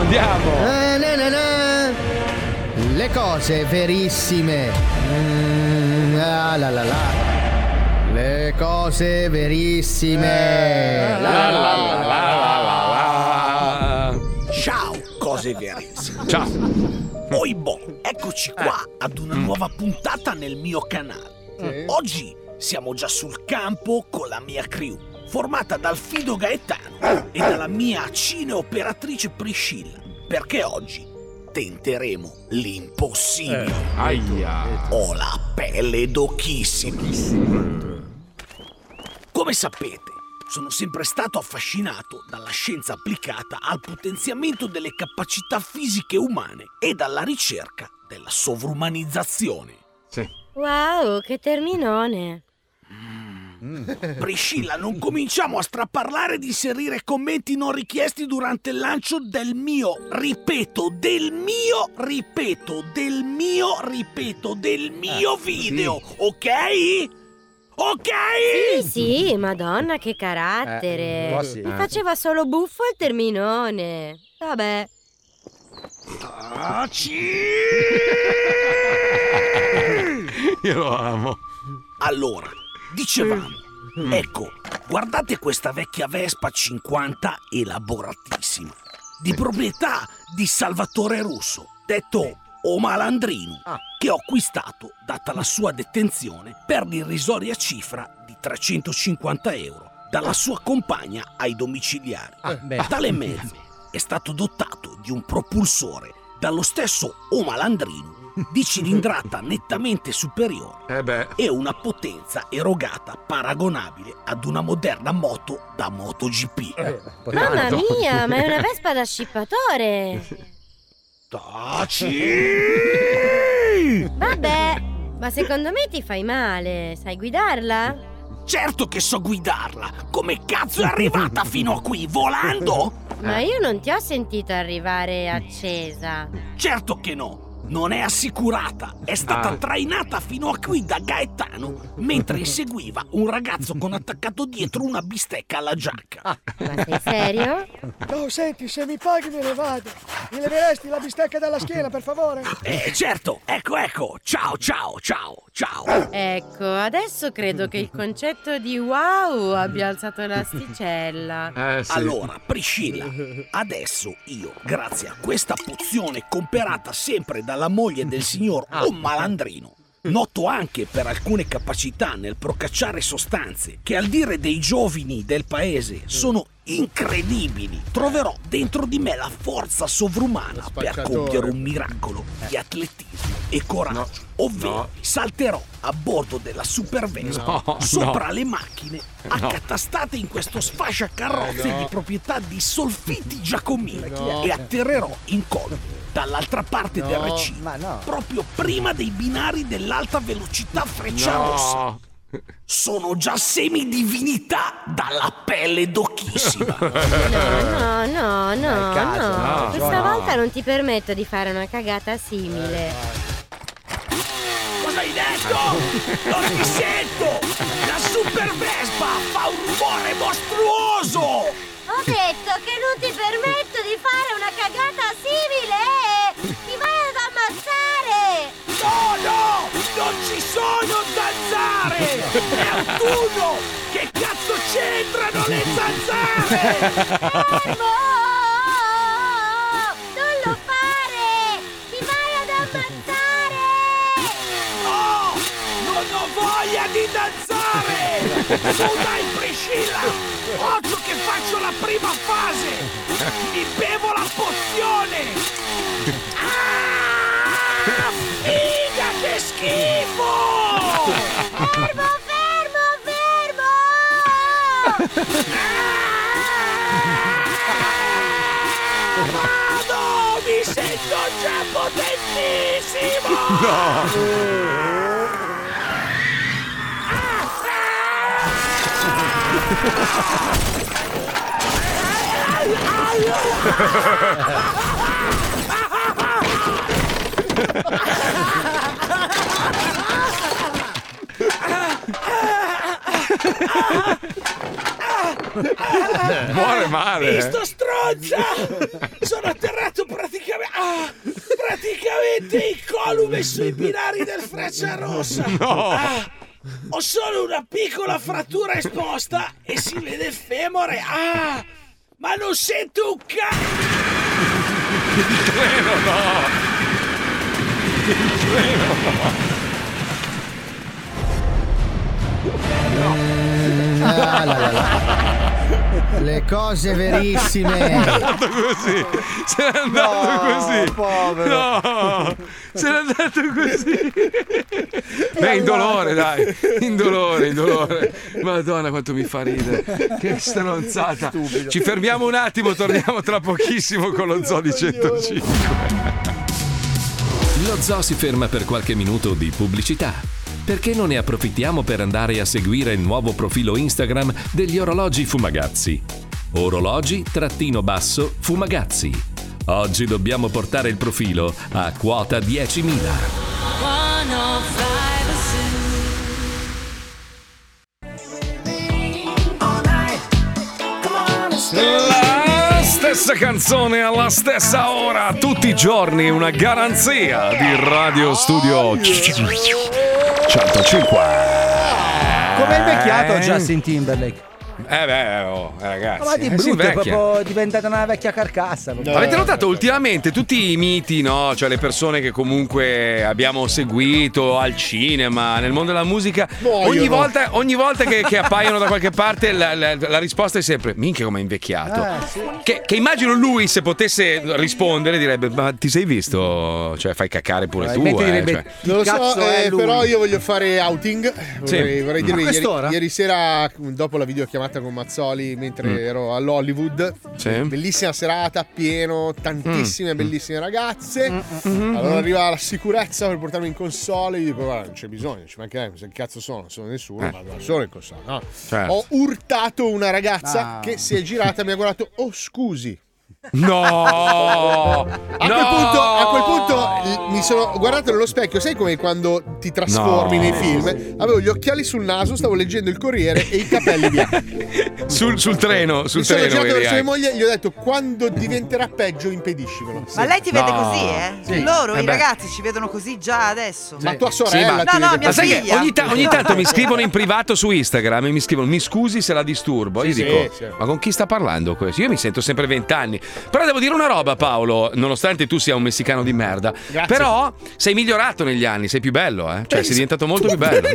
Le cose verissime. Le cose verissime. Ciao, cose verissime. Ciao. Oibo, eccoci qua ad una nuova puntata nel mio canale. Oggi siamo già sul campo con la mia crew, formata dal Fido Gaetano e dalla mia cineoperatrice Priscilla, perché oggi tenteremo l'impossibile. Ho la pelle d'occhissimo. Come sapete, sono sempre stato affascinato dalla scienza applicata al potenziamento delle capacità fisiche umane e dalla ricerca della sovrumanizzazione. Wow, che terminone. Priscilla, non cominciamo a straparlare di inserire commenti non richiesti durante il lancio del mio video, ok? Ok? Sì, madonna che carattere. Mi faceva solo buffo il terminone. Vabbè. Io lo amo. Allora, dicevamo, ecco, guardate questa vecchia Vespa 50 elaboratissima, di proprietà di Salvatore Russo, detto O Malandrino, che ho acquistato data la sua detenzione per l'irrisoria cifra di 350 euro dalla sua compagna ai domiciliari. Tale mezzo è stato dotato di un propulsore dallo stesso O Malandrino di cilindrata nettamente superiore e una potenza erogata paragonabile ad una moderna moto da MotoGP. Mamma mia, ma è una Vespa da scippatore. Vabbè, ma secondo me ti fai male. Sai guidarla? Certo che so guidarla. Come cazzo è arrivata fino a qui, volando? Ma io non ti ho sentito arrivare accesa. Certo che no. non è assicurata. È stata trainata fino a qui da Gaetano mentre inseguiva un ragazzo con attaccato dietro una bistecca alla giacca. Ma sei serio? No, senti, se mi paghi me ne vado. Mi leveresti la bistecca dalla schiena, per favore? Certo, ecco. Ciao. Ecco, adesso credo che il concetto di wow abbia alzato l'asticella. Sì. Allora, Priscilla, adesso io, grazie a questa pozione comperata sempre dalla moglie del signor Malandrino, noto anche per alcune capacità nel procacciare sostanze che, al dire dei giovani del paese, sono incredibili, troverò dentro di me la forza sovrumana per compiere un miracolo di atletismo e coraggio, ovvero salterò a bordo della Super Vespa sopra le macchine accatastate in questo sfasciacarrozze di proprietà di Solfiti Giacomini e atterrerò in collo dall'altra parte del recinto, proprio prima dei binari dell'alta velocità Frecciarossa. Sono già semidivinità dalla pelle d'occhissima. No. Questa volta non ti permetto di fare una cagata simile. Cosa hai detto? Non ti sento! La Super Vespa fa un rumore mostruoso! Ho detto che non ti permetto di fare una cagata simile! Ti vai ad ammazzare! No! Non ci sono zanzare! È autunno! Che cazzo c'entrano le zanzare? Fermo! Non lo fare! Ti vai ad ammazzare! No! Non ho voglia di danzare! Su dai, Priscilla! Occhio che faccio la prima fase! Mi bevo la pozione! Figa, che schifo! Fermo! Vado! Mi sento già potentissimo! Muore male. Visto stronza! Sono atterrato praticamente incolume sui binari del Frecciarossa. Ho solo una piccola frattura esposta e si vede il femore. Ma non sento un Il treno Le cose verissime. È andato così. Se n'è andato così. Povero. No, se n'è andato così. Beh, in dolore, dai. In dolore. Madonna, quanto mi fa ridere. Che stronzata. Ci fermiamo un attimo, torniamo tra pochissimo con lo Zoo di 105. Lo Zoo si ferma per qualche minuto di pubblicità. Perché non ne approfittiamo per andare a seguire il nuovo profilo Instagram degli orologi Fumagazzi? Orologi_Fumagazzi. Oggi dobbiamo portare il profilo a quota 10.000. La stessa canzone alla stessa ora, tutti i giorni, una garanzia di Radio Studio 105. Come è invecchiato Justin Timberlake? Ragazzi. Ma di brutto, è proprio diventata una vecchia carcassa. Avete notato ultimamente tutti i miti, no? Cioè le persone che comunque abbiamo seguito al cinema, nel mondo della musica, ogni volta che appaiono da qualche parte la risposta è sempre minchia come è invecchiato. Sì. Che immagino lui, se potesse rispondere, direbbe ma ti sei visto? Cioè fai caccare pure tu. Non lo so, però io voglio fare outing. Vorrei dirvi ieri sera, dopo la videochiamata con Mazzoli, mentre ero all'Hollywood, bellissima serata, pieno, tantissime bellissime ragazze. Allora arriva la sicurezza per portarmi in console. Io dico guarda, non c'è bisogno, ci mancherebbe, se cazzo sono nessuno, vado da solo in console, no? Certo. Ho urtato una ragazza che si è girata e mi ha guardato, oh scusi, No! A quel punto mi sono guardato nello specchio, sai come quando ti trasformi nei film? Avevo gli occhiali sul naso, stavo leggendo il Corriere e i capelli bianchi. Sul treno, mi sono girato verso mia moglie e gli ho detto: quando diventerà peggio impediscimelo. Ma lei ti vede così, eh? Sì. Loro, i ragazzi, ci vedono così già adesso. Ma tua sorella sì, No, mia sai figlia. che ogni tanto mi scrivono in privato su Instagram e mi scrivono: mi scusi se la disturbo. Io dico: ma con chi sta parlando questo? Io mi sento sempre 20 anni. Però devo dire una roba, Paolo, nonostante tu sia un messicano di merda, però sei migliorato negli anni, sei più bello, eh? Cioè sei diventato molto più bello.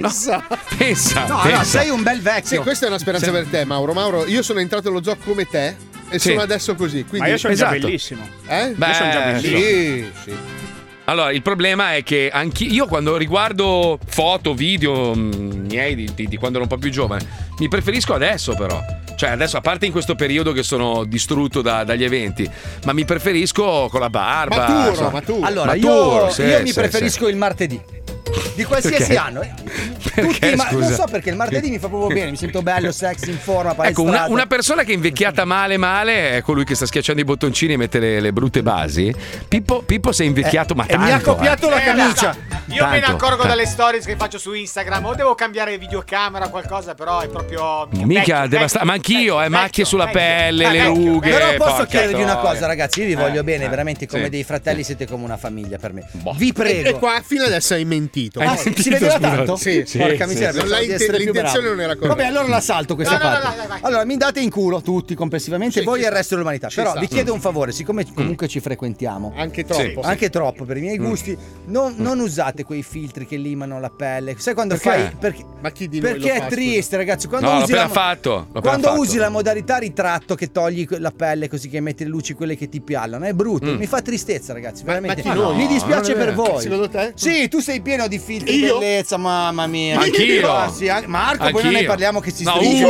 Pensa. No, sei un bel vecchio. Sì, questa è una speranza per te, Mauro, io sono entrato allo zoo come te e sono adesso così. Quindi... Ma io sono già bellissimo. Io sono già bellissimo. Sì. Allora, il problema è che io quando riguardo foto, video miei di quando ero un po' più giovane, mi preferisco adesso però. Cioè adesso, a parte in questo periodo che sono distrutto dagli eventi, ma mi preferisco con la barba. Maturo. Allora, io mi preferisco il martedì. Di qualsiasi anno. Perché, ma scusa? non so perché il martedì mi fa proprio bene, mi sento bello, sexy, in forma, Ecco, una persona che è invecchiata male è colui che sta schiacciando i bottoncini e mette le brutte basi. Pippo sei invecchiato ma tanto. Mi ha copiato la camicia. Io me ne accorgo dalle stories che faccio su Instagram. O devo cambiare videocamera o qualcosa, però è proprio mica devastante. Ma anch'io, macchie sulla pelle, le rughe. Però posso chiedervi una cosa, ragazzi, io vi voglio bene, veramente come dei fratelli, siete come una famiglia per me. Vi prego. E qua fino adesso hai mentito. Si vedeva tanto? Sì. Porca miseria, l'intenzione non era corretta. Vabbè, allora la salto questa parte. Vai. Allora, mi date in culo tutti complessivamente, voi e il resto dell'umanità. Però vi chiedo un favore, siccome comunque ci frequentiamo, anche troppo per i miei gusti, non usate quei filtri che limano la pelle. Sai quando fai? Ma chi di noi lo Perché fa, è triste, ragazzi. L'ho appena fatto. Usi la modalità ritratto che togli la pelle così che metti le luci quelle che ti piallano, è brutto. Mi fa tristezza, ragazzi. Veramente. Mi dispiace per voi. Secondo te? Sì, tu sei pieno di filtri di bellezza, mamma mia. Anch'io. Marco, poi non ne parliamo che si stringe.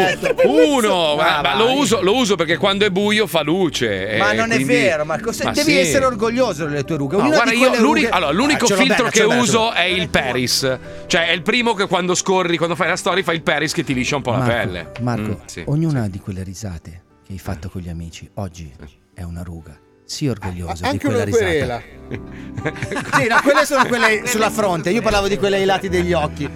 Uno. Ma lo uso perché quando è buio fa luce. Ma non è vero, Marco. Devi essere orgoglioso delle tue rughe. Guarda, l'unico filtro che uso è il Paris. Cioè, è il primo che quando scorri, quando fai la story, fai il Paris che ti liscia un po' la pelle. Marco, ognuna di quelle risate che hai fatto con gli amici oggi è una ruga. Sii orgoglioso di quella risata. Querela. Sì, no, quelle sono quelle sulla fronte. Io parlavo di quelle ai lati degli occhi.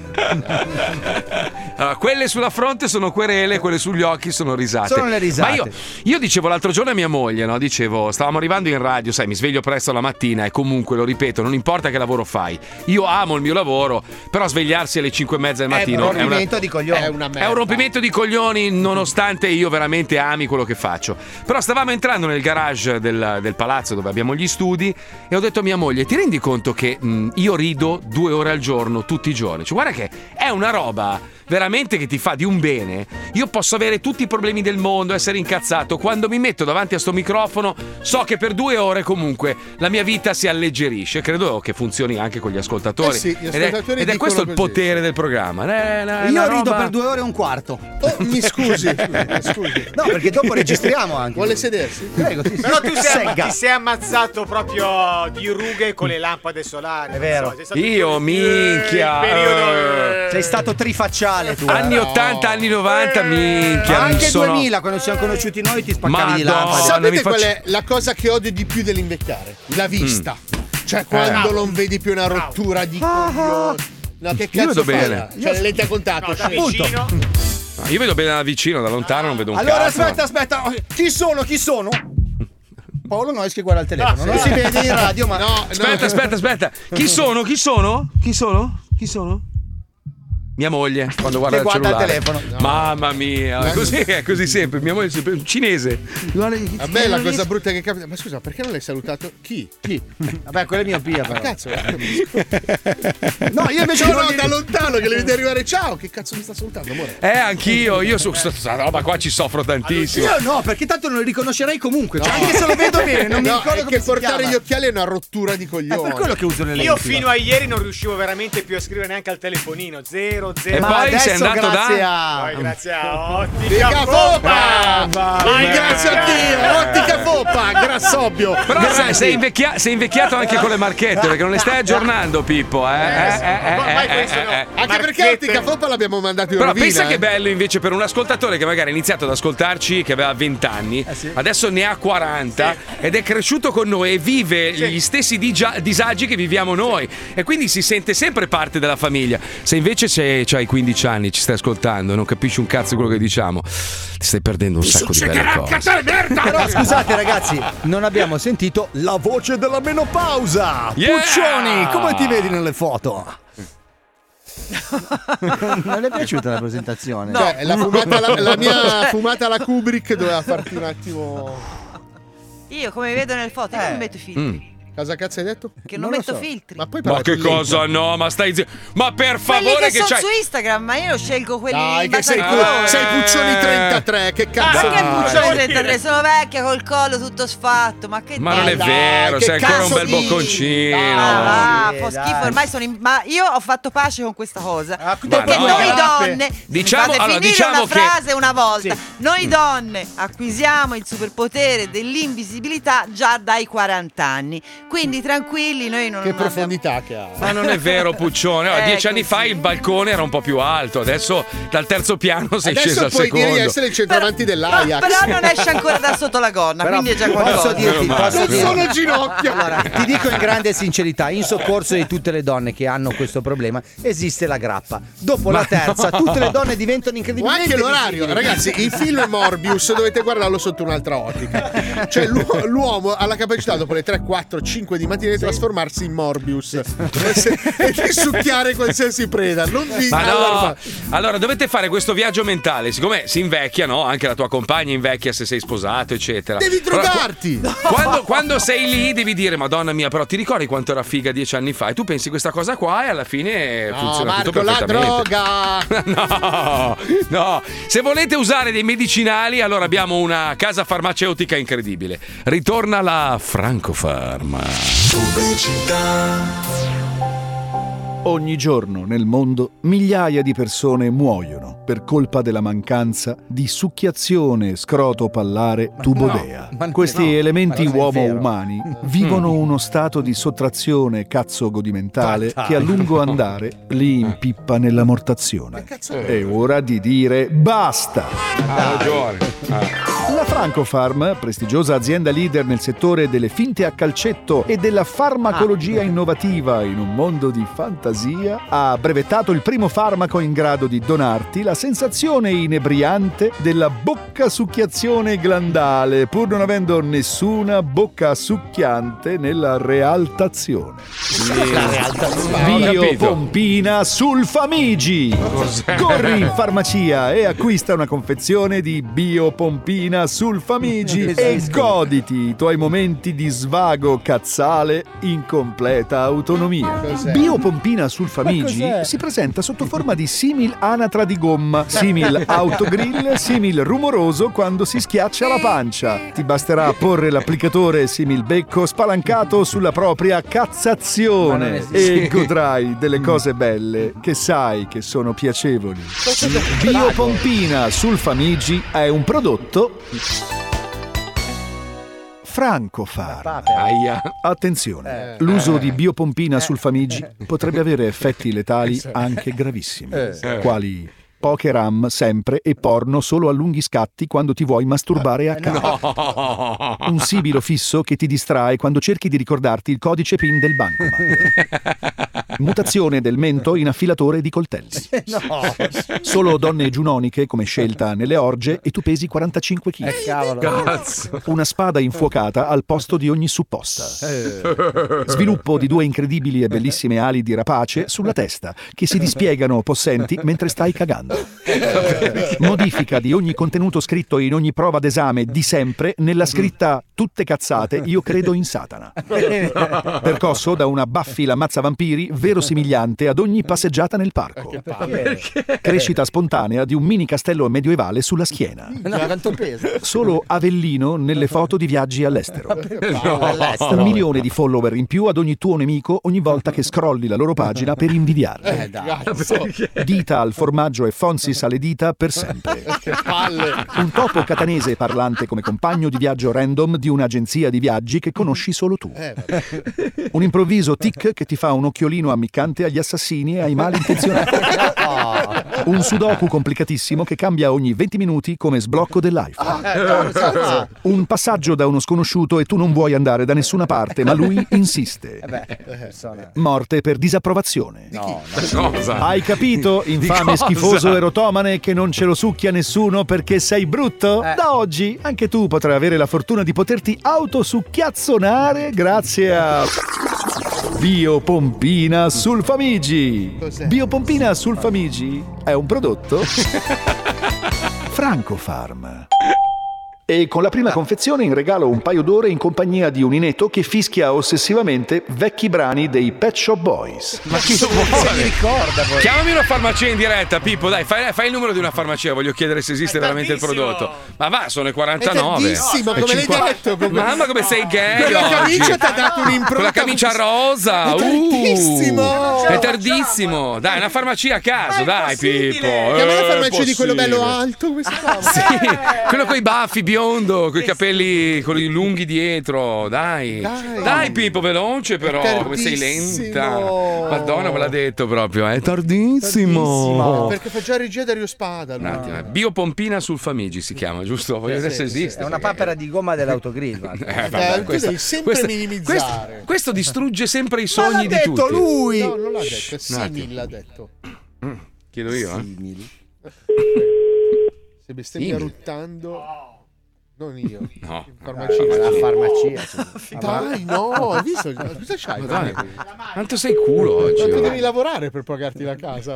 Allora, quelle sulla fronte sono querele, quelle sugli occhi sono risate. Sono le risate. Ma io dicevo l'altro giorno a mia moglie, no? Dicevo, stavamo arrivando in radio, sai, mi sveglio presto la mattina e comunque, lo ripeto, non importa che lavoro fai. Io amo il mio lavoro, però svegliarsi alle 5:30 del mattino è un rompimento di coglioni. È un rompimento di coglioni, nonostante io veramente ami quello che faccio. Però stavamo entrando nel garage del palazzo dove abbiamo gli studi e ho detto a mia moglie: ti rendi conto che io rido 2 ore al giorno tutti i giorni? Cioè, guarda che è una roba veramente che ti fa di un bene. Io posso avere tutti i problemi del mondo, essere incazzato, quando mi metto davanti a sto microfono so che per 2 ore comunque la mia vita si alleggerisce. Credo che funzioni anche con gli ascoltatori. Sì, gli ascoltatori ed è questo il potere del programma. Io rido per 2 ore e un quarto. Mi scusi. No, perché dopo registriamo anche. Vuole sedersi? Prego, Però tu ti sei ammazzato proprio di rughe con le lampade solari. È vero. Io, minchia. Sei stato trifacciale. Tu, anni 80, anni 90, minchia. Anche 2000, quando ci siamo conosciuti noi, ti spaccavi di lampade. Sapete qual è la cosa che odio di più dell'invecchiare? La vista. Cioè, quando non vedi più una rottura di coglioni. No, che cazzo vedo fai? bene. Cioè, le lenti a contatto. Da vicino. Io vedo bene da vicino, da lontano non vedo un allora, cazzo. aspetta. Chi sono? Paolo Nois che guarda il telefono. Non si vede in radio, ma no. Aspetta. Chi sono? Mia moglie, quando guarda il cellulare. Il telefono. No. Mamma mia, è così sempre. Mia moglie è sempre un cinese. A me la cosa brutta che capita. Ma scusa, perché non l'hai salutato? Chi? Vabbè, quella è miopia, però. Cazzo. No, io invece da lontano che le vedi arrivare. Ciao, che cazzo mi sta salutando, amore? Anch'io. Io su questa roba qua ci soffro tantissimo. Io no, perché tanto non lo riconoscerei comunque. Cioè, anche se lo vedo bene, non mi ricordo che portare gli occhiali è una rottura di coglioni. È per quello che uso le lenti. Io fino a ieri non riuscivo veramente più a scrivere neanche al telefonino. 0 sono zero. E poi sei andato grazie a Ottica Foppa. Grazie a Dio, Ottica Foppa, grassobbio. Però sei invecchiato anche con le marchette, perché non le stai aggiornando, Pippo. Anche perché Ottica Foppa l'abbiamo mandato in Però rovina. pensa che bello invece per un ascoltatore che magari ha iniziato ad ascoltarci, che aveva 20 anni, adesso ne ha 40 ed è cresciuto con noi e vive gli stessi disagi che viviamo noi, e quindi si sente sempre parte della famiglia. Se invece c'hai 15 anni, ci stai ascoltando e non capisci un cazzo di quello che diciamo, ti stai perdendo un sacco di belle cose. Però scusate ragazzi, non abbiamo sentito la voce della menopausa. Puccioni, come ti vedi nelle foto? Non è piaciuta la presentazione? No. Cioè, la mia fumata alla Kubrick doveva farti un attimo. Io come vedo nelle foto, io non metto i filtri. Cosa cazzo hai detto? Che non metto filtri. Ma poi che cosa? No, ma stai zitto. Ma per favore, quelli che sono c'hai su Instagram, ma io scelgo quelli. Dai, che sei Puccioni 33, che cazzo? Ma che Puccioni 33? Sono vecchia col collo tutto sfatto. Ma che non è vero, sei ancora un bel bocconcino. Fa schifo, ormai ma io ho fatto pace con questa cosa. Perché noi donne, diciamo una frase una volta. Noi donne acquisiamo il superpotere dell'invisibilità già dai 40 anni. Quindi tranquilli, noi non. Che profondità che ha. Ma non è vero, Puccione. 10 anni fa il balcone era un po' più alto, adesso dal terzo piano sei sceso al secondo. Adesso puoi dire di essere il centravanti dell'Ajax. Però non esce ancora da sotto la gonna, quindi è già qualcosa. Non sono ginocchia. Allora, ti dico in grande sincerità, in soccorso di tutte le donne che hanno questo problema, esiste la grappa. Dopo la terza, tutte le donne diventano incredibilmente. Ma anche l'orario, ragazzi. Il film Morbius dovete guardarlo sotto un'altra ottica. Cioè, l'uomo ha la capacità dopo le 3, 4, 5 di mattina di trasformarsi in Morbius e di succhiare qualsiasi preda. Non vi Allora dovete fare questo viaggio mentale, siccome si invecchia, no? Anche la tua compagna invecchia se sei sposato, eccetera. Devi drogarti. Quando sei lì devi dire: Madonna mia, però ti ricordi quanto era figa 10 anni fa? E tu pensi questa cosa qua e alla fine funziona Marco, tutto perfettamente. La droga. No, se volete usare dei medicinali, allora abbiamo una casa farmaceutica incredibile. Ritorna la Francofarma. Ogni giorno nel mondo migliaia di persone muoiono per colpa della mancanza di succhiazione scroto-pallare tubodea. Questi elementi uomo-umani vivono uno stato di sottrazione cazzo-godimentale che a lungo andare li impippa nella mortazione. È ora di dire basta! Ha ragione. La Francofarm, prestigiosa azienda leader nel settore delle finte a calcetto e della farmacologia innovativa in un mondo di fantasia, ha brevettato il primo farmaco in grado di donarti la sensazione inebriante della bocca succhiazione glandale, pur non avendo nessuna bocca succhiante nella realtazione. Biopompina Sulfamigi. Corri in farmacia e acquista una confezione di Biopompina Sulfamigi e goditi i tuoi momenti di svago cazzale in completa autonomia. Biopompina Sulfamigi si presenta sotto forma di simil anatra di gomma, simil autogrill, simil rumoroso quando si schiaccia la pancia. Ti basterà porre l'applicatore simil becco spalancato sulla propria cazzazione e godrai delle cose belle che sai che sono piacevoli. Biopompina Sulfamigi è un prodotto Francofarm. Attenzione, l'uso di biopompina sulfamigi potrebbe avere effetti letali anche gravissimi, quali poche RAM sempre e porno solo a lunghi scatti quando ti vuoi masturbare a casa. Un sibilo fisso che ti distrae quando cerchi di ricordarti il codice PIN del bancomat. Mutazione del mento in affilatore di coltelli. Solo donne giunoniche come scelta nelle orge e tu pesi 45 kg. Una spada infuocata al posto di ogni supposta. Sviluppo di 2 incredibili e bellissime ali di rapace sulla testa che si dispiegano possenti mentre stai cagando. Modifica di ogni contenuto scritto in ogni prova d'esame di sempre nella scritta tutte cazzate, io credo in Satana. Percosso da una Buffy l'ammazza vampiri verosimigliante ad ogni passeggiata nel parco. Crescita spontanea di un mini castello medioevale sulla schiena. Quanto pesa? Solo Avellino nelle foto di viaggi all'estero. 1 milione di follower in più ad ogni tuo nemico ogni volta che scrolli la loro pagina per invidiarli. Dita al formaggio e Fonsis alle dita per sempre. Un topo catanese parlante come compagno di viaggio random di un'agenzia di viaggi che conosci solo tu. Un improvviso tic che ti fa un occhiolino ammiccante agli assassini e ai malintenzionati. Un sudoku complicatissimo che cambia ogni 20 minuti come sblocco dell'iPhone. Un passaggio da uno sconosciuto e tu non vuoi andare da nessuna parte, ma lui insiste. Morte per disapprovazione. Hai capito, infame, schifoso erotomane, che non ce lo succhia nessuno perché sei brutto? Da oggi anche tu potrai avere la fortuna di poterti autosucchiazzonare grazie a Biopompina Sulfamigi. Biopompina Sulfamigi è un prodotto Francofarm. E con la prima confezione in regalo un paio d'ore in compagnia di un ineto che fischia ossessivamente vecchi brani dei Pet Shop Boys. Ma chi se li ricorda poi? Chiamami una farmacia in diretta, Pippo, dai, fai il numero di una farmacia, voglio chiedere se esiste veramente il prodotto. Ma va, sono le 49. È tardissimo, come l'hai detto. Mamma, come sei gay. Quella camicia ti ha dato un'impronta. Quella camicia rosa. È tardissimo. È tardissimo. Dai, una farmacia a caso, dai, Pippo. Chiama la farmacia di quello bello alto, come si chiama? Sì, quello con i baffi biondo, con i capelli con i lunghi dietro. Dai Pippo, veloce però, come sei lenta. Madonna, me l'ha detto proprio, è tardissimo. Perché fa già regia Dario Spada. Un attimo, Biopompina Sulfamigi si chiama, giusto? Voglio vedere se esiste. È una papera di gomma dell'autogrill. Tu devi sempre minimizzare. Questo distrugge sempre i sogni di tutti. l'ha detto lui. No, non l'ha detto, è simil l'ha detto. Chiedo io, Se bestemmi ruttando. Non io. No. La farmacia. Dai, no, hai visto? Cosa c'hai? Quanto sei culo oggi? Quanto devi lavorare per pagarti la casa?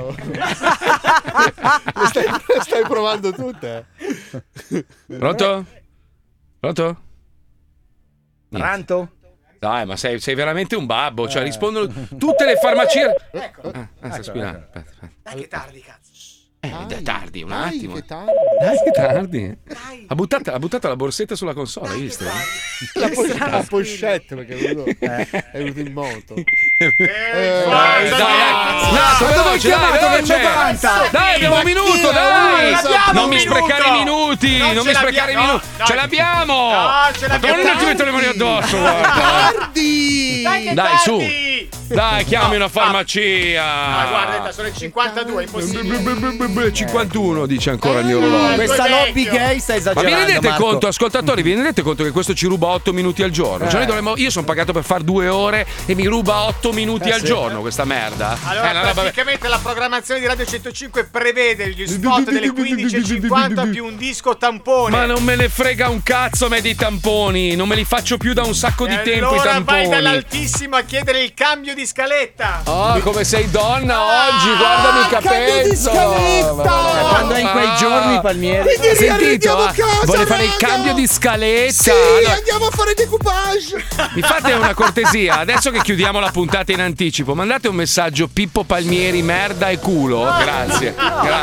Stai provando tutte. Pronto? Pronto? Pronto? Dai, ma sei veramente un babbo. Cioè, rispondono tutte le farmacie. Sta squillando. Aspetta. Dai, che tardi, cazzo. È tardi, un attimo. Che tardi. Dai, che tardi. Ha buttato la borsetta sulla console, hai visto? La pochette, perché è venuto in moto. Dai, veloce. Dai, abbiamo un minuto, dai. Non mi sprecare i minuti. Ce l'abbiamo. Non ti metto le mani addosso, guarda. Dai, su. Dai, chiami una farmacia. Guarda, sono le 52, è impossibile. 51 dice ancora il mio orologio. Questa lobby gay sta esagerando. Ma vi rendete conto, ascoltatori, vi rendete conto che questo ci ruba 8 minuti al giorno? Cioè io sono pagato per fare 2 ore e mi ruba 8 minuti al giorno questa merda. Allora, praticamente la programmazione di Radio 105 prevede gli spot delle 15:50 più un disco tampone. Ma non me ne frega un cazzo me dei tamponi, non me li faccio più da un sacco di tempo i tamponi. Allora vai dall'altissimo a chiedere il cambio di scaletta. Oh, come sei donna oggi, guardami il capello. Quando è in quei giorni, Palmieri. Hai sentito? Vuole fare il cambio di scaletta. Sì, andiamo a fare decoupage. Mi fate una cortesia, adesso che chiudiamo la puntata in anticipo, mandate un messaggio Pippo Palmieri merda e culo. Grazie.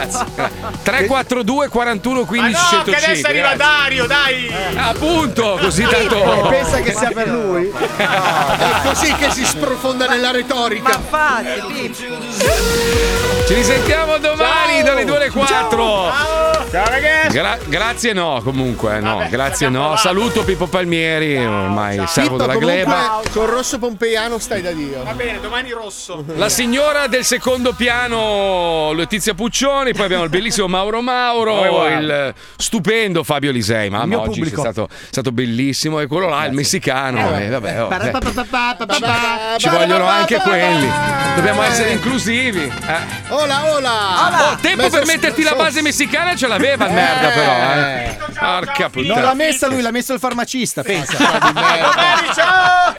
342 41 15 105. Che adesso arriva Dario, dai. Appunto, così tanto. Pensa che sia per lui. È così che si sprofonda nella retorica. Ma infatti, Pippo. Ci risentiamo domani dalle 2 alle 4. Ciao ragazzi. Grazie comunque grazie Saluto Pippo Palmieri, ormai servo della gleba. Con Rosso Pompeiano stai da Dio. Va bene, domani Rosso. La signora del secondo piano Letizia Puccioni, poi abbiamo il bellissimo Mauro, il stupendo Fabio Lisei. Mamma, oggi è stato bellissimo, e quello là, il messicano. Ci vogliono anche quelli. Dobbiamo essere inclusivi. Hola. Tempo per metterti la base messicana ce l'aveva il merda, però. Porca puttana. Non l'ha messa lui, l'ha messo il farmacista, pensa. Ciao.